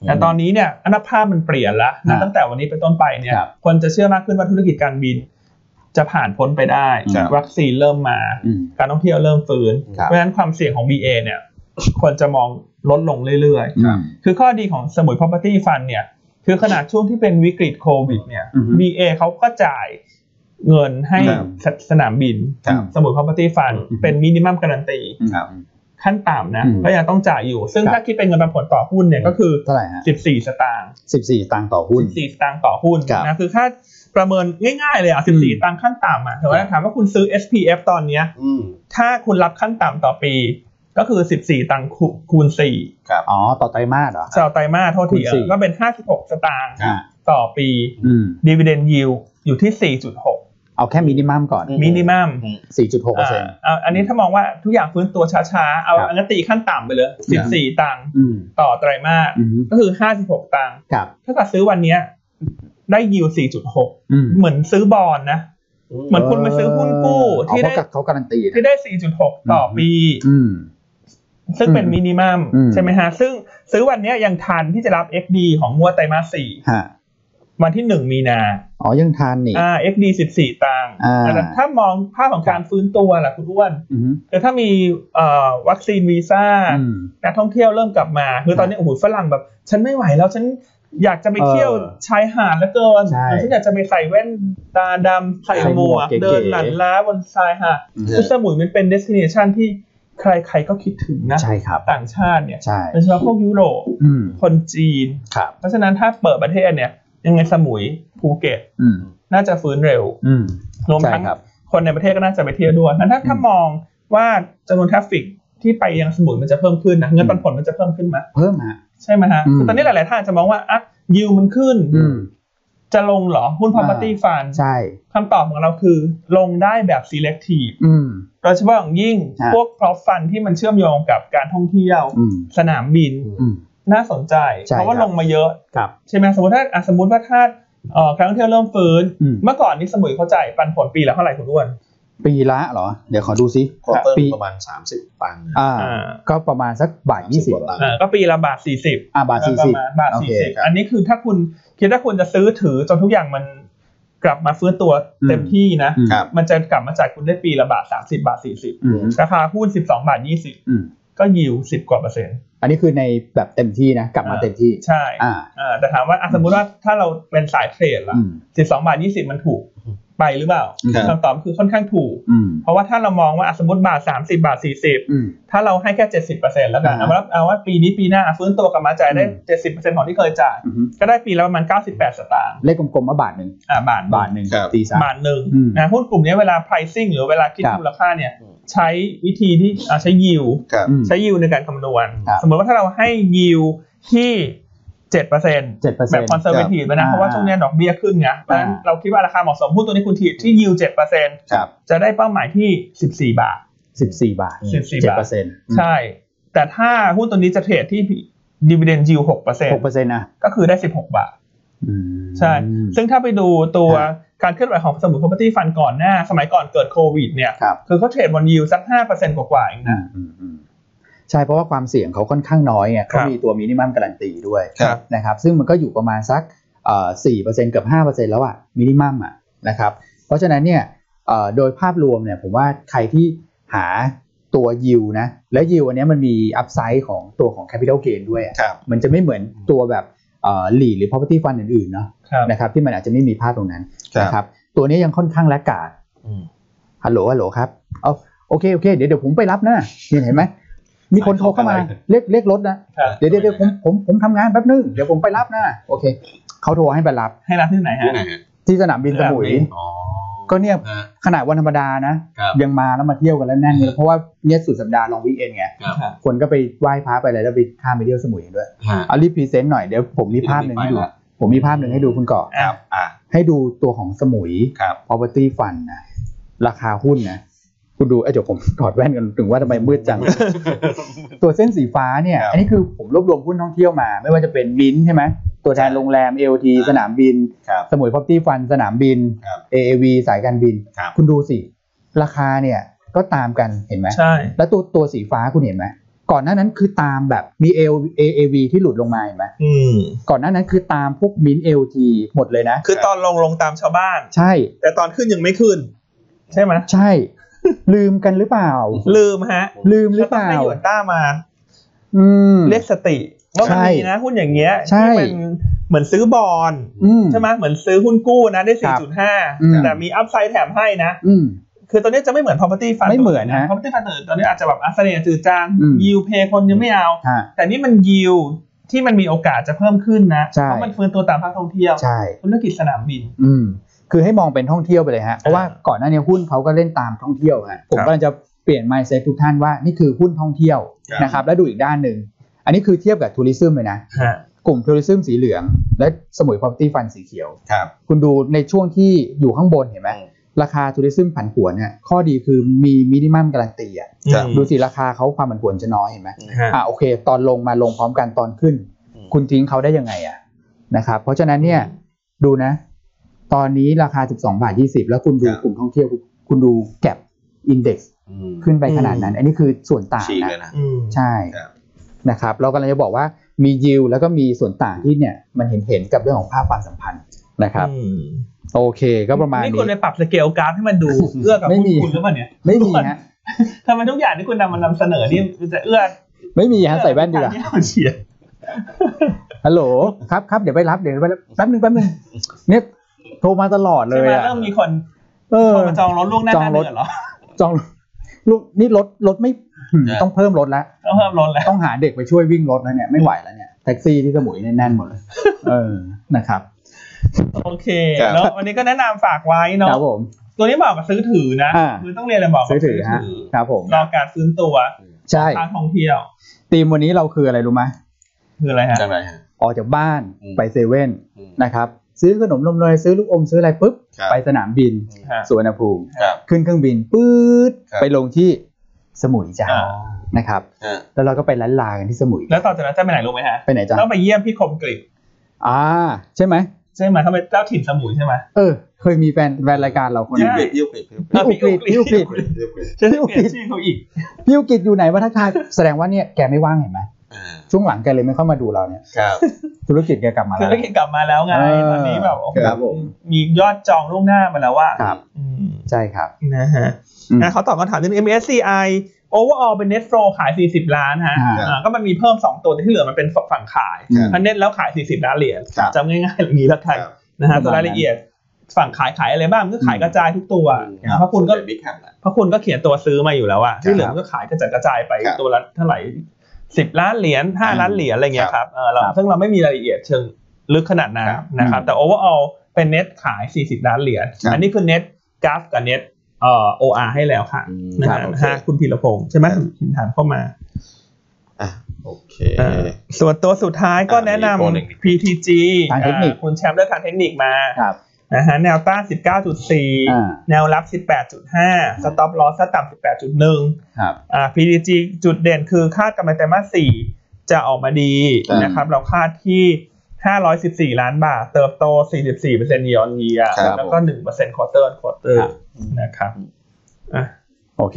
แต่ตอนนี้เนี่ยอนาภาพมันเปลี่ยนแล้วนะตั้งแต่วันนี้เป็นต้นไปเนี่ยคนจะเชื่อมากขึ้นว่าธุรกิจการบินจะผ่านพ้นไปได้วัคซีนเริ่มมาการท่องเที่ยวเริ่มฟื้นเพราะฉะนั้นความเสี่ยงของ บี เอ เนี่ยควรจะมองลดลงเรื่อยๆคือข้อดีของสมุย property fund เนี่ยคือขนาดช่วงที่เป็นวิกฤตโควิดเนี่ย บี เอ เขาก็จ่ายเงินให้สนามบินสมุย property fund เป็นมินิมัมการันตีขั้นต่ำนะก็ยังต้องจ่ายอยู่ซึ่งถ้าคิดเป็นเงินปันผลต่อหุ้นเนี่ยก็คือเท่าไหร่ฮะสิบสี่สตางค์สิบสี่สตางค์ต่อหุ้นสิบสี่สตางค์ต่อหุ้นนะคือค่าประเมินง่ายๆเลยอ่ะสิบสี่สตางค์ขั้นต่ำอ่ะแต่ว่าถามว่าคุณซื้อ เอส พี เอฟ ตอนเนี้ยถ้าคุณรับขั้นต่ำต่อปีก็คือสิบสี่ตังค์คูณสี่ครับอ๋อต่อไตรมาสเหรอต่อไตรมาสโทษทีก็เป็นห้าสิบหกสตางค์ต่อปีดิวิเดนด์ยิลด์อยู่ที่ สี่จุดหกเอาแค่มินิมัมก่อนมินิมัมสี่จุดหกเปอร์เซ็นต์อ่าอันนี้ถ้ามองว่าทุกอย่างฟื้นตัวช้าๆเอาอันตีขั้นต่ำไปเลยสิบสี่ตังค์ต่อไตรมาสก็คือห้าสิบหกตังค์ถ้าเกิดซื้อวันนี้ได้ยิลด์ สี่จุดหก เหมือนซื้อบอนด์นะเหมือนคุณไปซื้อหุ้นกู้ที่ได้เขาการันตีที่ได้ สี่จุดหก ต่อปีซึ่งเป็นมินิมัมใช่ไหมฮะซึ่งซื้อวันนี้ยังทันที่จะรับ เอ็กซ์ ดี ของงวดไตรมาสสี่วันที่หนึ่งมีนาอ๋อยังทันนี่อ่า เอ็กซ์ ดี สิบสี่ตังค์แต่ถ้ามองภาพของการฟื้นตัวล่ะคุณอ้วนคือถ้ามีเอ่อวัคซีนวีซ่านักท่องเที่ยวเริ่มกลับมาคือตอนนี้โอ้โหฝรั่งแบบฉันไม่ไหวแล้วฉันอยากจะไปเที่ยวชายหาดแล้วเกินฉันอยากจะไปใส่แว่นตาดำใส่หมวกเดินหลันล้าบนชายหาดคือสมุยมันเป็นเดสติเนชันที่ใครๆก็คิดถึงนะใช่ครับต่างชาติเนี่ยโดยเฉพาะพวกยุโรปคนจีนเพราะฉะนั้นถ้าเปิดประเทศเนี่ยยังไงสมุยภูเก็ตน่าจะฟื้นเร็วรวมทั้งคนในประเทศก็น่าจะไปเที่ยวด้วยถ้าถ้ามองว่าจำนวนทราฟฟิกที่ไปยังสมุยมันจะเพิ่มขึ้นนะเงินปันผลมันจะเพิ่มขึ้นไหมเพิ่มฮะใช่ไหมฮะตอนนี้หลายๆท่านจะมองว่าอ่ะยิวมันขึ้นจะลงเหรอหุ้น property fund ใช่คำตอบของเราคือลงได้แบบ selective โดยเฉพาะอย่างยิ่งพวก prop fund ที่มันเชื่อมโยงกับการท่องเที่ยวสนามบินน่าสนใจเพราะว่าลงมาเยอะใช่ไหมสมมติถ้าสมมติว่าถ้าการท่องเที่ยวเริ่มฟื้นเมื่อก่อนนี้สมุยเขาจ่ายปันผลปีละเท่าไหร่คุณอ้วนปีละเหรอเดี๋ยวขอดูซิปีประมาณสามสิบตังค์อ่าก็ประมาณสักบาทยี่สิบอ่าก็ปีละบาทสี่สิบอ่าบาทสี่สิบบาทสี่สิบอันนี้คือถ้าคุณคิดว่าคุณจะซื้อถือจนทุกอย่างมันกลับมาฟื้นตัวเต็มที่นะมันจะกลับมาจ่ายคุณได้ปีละบาทสามสิบบาทสี่สิบราคาหุ้นสิบสองบาทยี่สิบก็ยิวสิบกว่าเปอร์เซ็นต์อันนี้คือในแบบเต็มที่นะกลับมาเต็มที่ใช่อ่าแต่ถามว่าสมมุติว่าถ้าเราเป็นสายเทรดล่ะสิบสองบาทยี่สิบมันถูกไปหรือเปล่าคำตอบคือค่อนข้างถูกเพราะว่าถ้าเรามองว่าสมมติบาทสามสิบบาทสี่สิบถ้าเราให้แค่ เจ็ดสิบเปอร์เซ็นต์ แล้วกันเอาว่าเอาว่าปีนี้ปีหน้าฟื้นตัวกลับมาจ่ายได้ เจ็ดสิบเปอร์เซ็นต์ ของที่เคยจ่ายก็ได้ปีละประมาณเก้าสิบแปดสตางค์เลขกลมๆว่าบาทนึงอ่าบาทบาทนึงตีซะบาทนึงนะหุ้นกลุ่มนี้เวลา pricing หรือเวลาคิดมูลค่าเนี่ยใช้วิธีที่ใช้ yield ใช้ yield ในการคำนวณสมมติว่าถ้าเราให้ yield ที่เจ็ดเปอร์เซ็นต์ แบบ conservative นะเพราะว่าช่วงนี้ดอกเบี้ยขึ้นไงเพราะฉะนั้นเราคิดว่าราคาเหมาะสมหุ้นตัวนี้คุณทีที่ yield เจ็ดเปอร์เซ็นต์ จะได้เป้าหมายที่สิบสี่บาทสิบสี่บาทสิบสี่บาทใช่แต่ถ้าหุ้นตัวนี้จะเทรดที่ dividend yield หกเปอร์เซ็นต์หกเปอร์เซ็นต์ นะก็คือได้สิบหกบาทใช่ซึ่งถ้าไปดูตัวการเคลื่อนไหวของสมุย property fund ก่อนหน้าสมัยก่อนเกิดโควิดเนี่ยคือเขาเทรดบน yield สัก ห้าเปอร์เซ็นต์ กว่าๆเองนะใช่เพราะว่าความเสี่ยงเขาค่อนข้างน้อยไงเขามีตัวมินิมัมการันตีด้วยนะครับซึ่งมันก็อยู่ประมาณสักเอ่อ สี่เปอร์เซ็นต์ เกือบ ห้าเปอร์เซ็นต์ แล้วอ่ะมินิมัมอ่ะนะครับเพราะฉะนั้นเนี่ยเอ่อโดยภาพรวมเนี่ยผมว่าใครที่หาตัวยิวนะและยิวอันนี้มันมีอัพไซด์ของตัวของ capital gain ด้วยมันจะไม่เหมือนตัวแบบเอ่อ lead หรือ property fund อื่นๆเนาะนะครับที่มันอาจจะไม่มีภาพตรงนั้นนะครับตัวนี้ยังค่อนข้างแลกขาดฮัลโหลฮัลโหลครับเอาโอเคโอเคเดี๋ยวเดี๋ยวผมไปรับนะเห็นไหมมีคนโทรเข้ามาเรียกเรียกรถนะเดี๋ยวเดี๋ยวผมผมผมทำงานแป๊บนึงเดี๋ยวผมไปรับนะโอเคเขาโทรให้ไปรับให้รับที่ไหนฮะที่สนามบินสมุยก็เนี่ยขนาดวันธรรมดานะยังมาแล้วมาเที่ยวกันแล้วแน่นเลยเพราะว่าเนี่ยสุดสัปดาห์ลองวีคเอนด์ไงคนก็ไปไหว้พระไปอะไรแล้วไปข้ามไปเที่ยวสมุยด้วยเอารีพรีเซนต์หน่อยเดี๋ยวผมมีภาพนึงให้ดูผมมีภาพนึงให้ดูคุณก่อให้ดูตัวของสมุย property fund นะราคาหุ้นนะคุณดูไอ้เดี๋ยวผมถอดแว่นกันถึงว่าทำไมมืดจัง ตัวเส้นสีฟ้าเนี่ยอันนี้คือผมรวบรวมหุ้นท่องเที่ยวมาไม่ว่าจะเป็นมิ้นท์ใช่ไหมตัวแทนโรงแรม เอ โอ ที สนามบินสมุย property fund สนามบิน เอ เอ วี สายการบินคุณดูสิราคาเนี่ยก็ตามกันเห็นไหมใช่แล้วตัวตัวสีฟ้าคุณเห็นไหมก่อนหน้านั้นคือตามแบบมี เอ เอ วี ที่หลุดลงมาเห็นไหมก่อนหน้านั้นคือตามพวกมิน เอ แอล ที หมดเลยนะคือตอนลงลงตามชาวบ้านใช่แต่ตอนขึ้นยังไม่ขึ้นใช่ไหมใช่ลืมกันหรือเปล่าลืมฮะลืมหรือเปล่าให้หยวนต้ามาเรียกสติว่ามันมีนะหุ้นอย่างเงี้ยที่มันเหมือนซื้อบอลใช่ไหมเหมือนซื้อหุ้นกู้นะได้ สี่จุดห้า แต่มีอัพไซด์แถมให้นะคือตอนนี้จะไม่เหมือน property fund ไม่เหมือนนะ property fund ตอนนี้อาจจะแบบอัสเซทจืดจาง yield pay คนยังไม่เอาแต่นี่มัน yield ที่มันมีโอกาสจะเพิ่มขึ้นนะเพราะมันฟื้นตัวตามภาคท่องเที่ยวธุรกิจสนามบินคือให้มองเป็นท่องเที่ยวไปเลยฮะเพราะว่าก่อนหน้านี้หุ้นเขาก็เล่นตามท่องเที่ยวฮะผมกำลังจะเปลี่ยน mindset ทุกท่านว่านี่คือหุ้นท่องเที่ยวนะครับแล้วดูอีกด้านนึงอันนี้คือเทียบกับทัวริซึมเลยนะกลุ่มทัวริซึมสีเหลืองและสมุย property fund สีเขียวคุณดูในช่วงที่อยู่ข้างบนเห็นไหมราคาทัวริซึมผันผวนเนี่ยข้อดีคือมีมินิมัมการันตีอ่ะดูสิราคาเขาความผันผวนจะน้อยเห็นไหมอ่าโอเคตอนลงมาลงพร้อมกันตอนขึ้นคุณทิ้งเขาได้ยังไงอ่ะนะครับเพราะฉะนั้นเนี่ยดูนะตอนนี้ราคาสิบสองบาทยี่สิบแล้วคุณดูกลุ่มท่องเที่ยวคุณดูแก็ปอินเด็กซ์ขึ้นไปขนาดนั้นอันนี้คือส่วนต่างนะใช่นะครับเรากำลังจะบอกว่ามียิวแล้วก็มีส่วนต่างที่เนี่ยมันเห็นเห็นกับเรื่องของภาพความสัมพันธ์นะครับโอเคก็ประมาณนี้นี่คุณไปปรับสเกลกราฟให้มันดูเอื้อกับคุณหรือเปล่าเนี่ยไม่มีฮะทำไมทุกอย่างที่คุณนำมานำเสนอนี่จะเอื้อไม่มีฮะใส่แว่นดีกว่าฮัลโหลครับครับเดี๋ยวไปรับเดี๋ยวไปรับแป๊บนึงแป๊บนึงเนี่ยโทรมาตลอดเลยอ่ะเริ่มมีคนโทรมาจองรถล่วงหน้าหน้าเดือนเหรอจองลูกนี่รถรถไม่ต้องเพิ่มรถแล้วต้องเพิ่มรถแล้วต้องหาเด็กไปช่วยวิ่งรถแล้วเนี่ยไม่ไหวแล้วเนี่ยแท็กซี่ที่สมุยแน่นๆหมดเลยเออนะครับโอเคแล้ววันนี้ก็แนะนำฝากไว้เนาะครับผมตัวนี้บอกมาซื้อถือนะคือต้องเรียนอะไรบอกซื้อถือครับผมรอการฟื้นตัวใช่ทางท่องเที่ยวธีมวันนี้เราคืออะไรรู้ไหมคืออะไรฮะออกจากบ้านไปเซเว่นนะครับซื้อขนมนมเนยซื้อลูกอมซื้ออะไรปุ๊บไปสนามบินสุวรรณภูมิขึ้นเครื่องบินปื๊ดไปลงที่สมุยจ้านะครับแล้วเราก็ไปล้านลากันที่สมุยแล้วต่อจากนั้นจะไปไหนรู้ไหมฮะไปไหนจ้าต้องไปเยี่ยมพี่คมกฤษอ่าใช่ไหมใช่ไหมเขาเป็นเจ้าถิ่นสมุยใช่ไหมเออเคยมีแฟนแฟนรายการเราคนนึงพี่อุกฤษพี่อุกฤษพี่อุกฤษพี่อุกฤษชื่อเขาอีกพี่อุกฤษอยู่ไหนวะทักทายแสดงว่าเนี่ยแกไม่ว่างเห็นไหมช่วงหลังแกเลยไม่เข้ามาดูเราเนี่ยธุรกิจแกกลับมาแล้วธุรกิจกลับมาแล้วไงตอนนี้แบบโอ้โหมียอดจองล่วงหน้ามาแล้วว่าครับใช่ครับนะฮะเขาตอบคำถามนึง เอ็ม เอส ซี ไอ overall เป็น net flow ขายสี่สิบล้านฮะก็มันมีเพิ่มสองตัวที่เหลือมันเป็นฝั่งขายถ้า net แล้วขายสี่สิบล้านเหรียญจำง่ายๆอย่างนี้แล้วกันนะฮะตัวรายละเอียดฝั่งขายขายอะไรบ้างก็ขายกระจายทุกตัวเพราะคุณก็เพราะคุณก็เขียนตัวซื้อมาอยู่แล้วอะที่เหลือมันก็ขายกระจายกระจายไปตัวละเท่าไหร่สิบล้านเหรียญห้าล้านเหรียญอะไรเงี้ยครับเออเราซึ่งเราไม่มีรายละเอียดเชิงลึกขนาดนั้นนะครับแต่ overall เป็น net ขายสี่สิบล้านเหรียญอันนี้คือ net กราฟกับ net เอ่อ โอ อาร์ ให้แล้วค่ะนะฮะฮะคุณพีรพงษ์ใช่ไหมหินถามเข้ามาอ่ะโอเคส่วนตัวสุดท้ายก็แนะนำ พี ที จี ทางเทคนิคคุณแชมป์เลือกทางเทคนิคมานะฮะแนวต้าน สิบเก้าจุดสี่ แนวรับ สิบแปดจุดห้า stop loss ต่ำ สิบแปดจุดหนึ่ง ครับอ่า พี ที จี จุดเด่นคือคาดกำไรไตรมาสสี่จะออกมาดีนะครับเราคาดที่ห้าร้อยสิบสี่ล้านบาทเติบโต สี่สิบสี่เปอร์เซ็นต์ year on year แล้วก็ หนึ่งเปอร์เซ็นต์ quarter on quarter นะครับอ่ะโอเค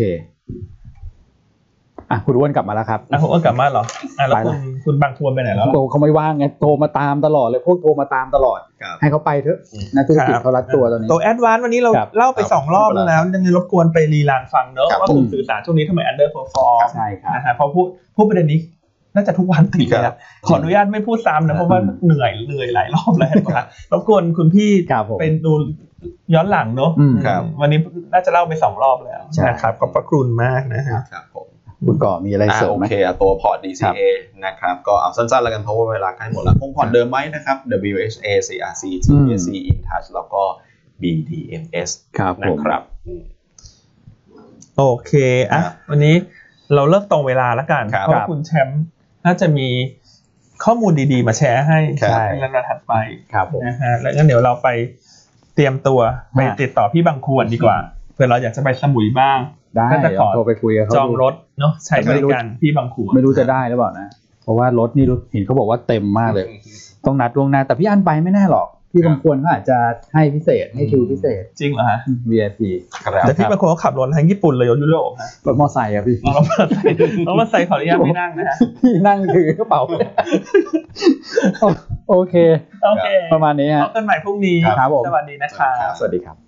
อ่ะคุณอ้วนกลับมาแล้วครับอ่ะคุณอ้วนกลับมาเหรออ่ะแล้วคุณคุณบางทวนไปไหนแล้วโตเขาไม่ว่างไงโทรมาตามตลอดเลยพวกโทรมาตามตลอดให้เขาไปเถอะนะธุรกิจเขารัดตัวตอนนี้ตัวแอดวานซ์วันนี้เราเล่าไปสองรอบแล้วยังไงรบกวนไปรีรันฟังเนอะว่ากลุ่มสื่อสารช่วงนี้ทำไม underperform ใช่ครับนะฮะพอพูดพูดประเด็นนี้น่าจะทุกวันติดแล้วขออนุญาตไม่พูดซ้ำนะเพราะว่าเหนื่อยเหนื่อยหลายรอบแล้วครับรบกวนคุณพี่เป็นดูย้อนหลังเนอะวันนี้น่าจะเล่าไปสองรอบแล้วนะครับขอบพระคุณมากนะครับคุณก่อมีอะไรเสริมไหมโอเคตัวพอร์ต ดี ซี เอ นะครับก็เอาสั้นๆแล้วกันเพราะว่าเวลาใกล้หมดแล้วคงพอร์ตเดิมไหมนะครับ ดับเบิลยู เอช เอ ซี อาร์ ซี ที พี เอส ซี InTouch แล้วก็ บี ดี เอ็ม เอส นะครับโอเคอ่ะวันนี้เราเลิกตรงเวลาแล้วกันเพราะคุณแชมป์น่าจะมีข้อมูลดีๆมาแชร์ให้ในระดับถัดไปนะฮะแล้วงั้นเดี๋ยวเราไปเตรียมตัวไปติดต่อพี่บางควรดีกว่าเผื่อเราอยากจะไปสมุยบ้างก็จะขอโทรไปคุยกับเขาจองรถเนาะใช้บริการพี่บางขวดไม่รู้จะได้หรือเปล่านะเพราะว่ารถนี่เห็นเขาบอกว่าเต็มมากเลยต้องนัดล่วงหน้าแต่พี่อันไปไม่แน่หรอกพี่พี่บางคนเขาอาจจะให้พิเศษให้คิวพิเศษจริงเหรอฮะวี ไอ พีแต่พี่บางคนเขาขับรถทั้งญี่ปุ่นเลยยุโรปฮะรถมอไซค์อะพี่รถมอไซค์รถมอไซค์ขออนุญาตไม่นั่งนะฮะพี่นั่งถือกระเป๋าโอเคโอเคประมาณนี้ฮะพบกันใหม่พรุ่งนี้สวัสดีนะครับสวัสดีครับ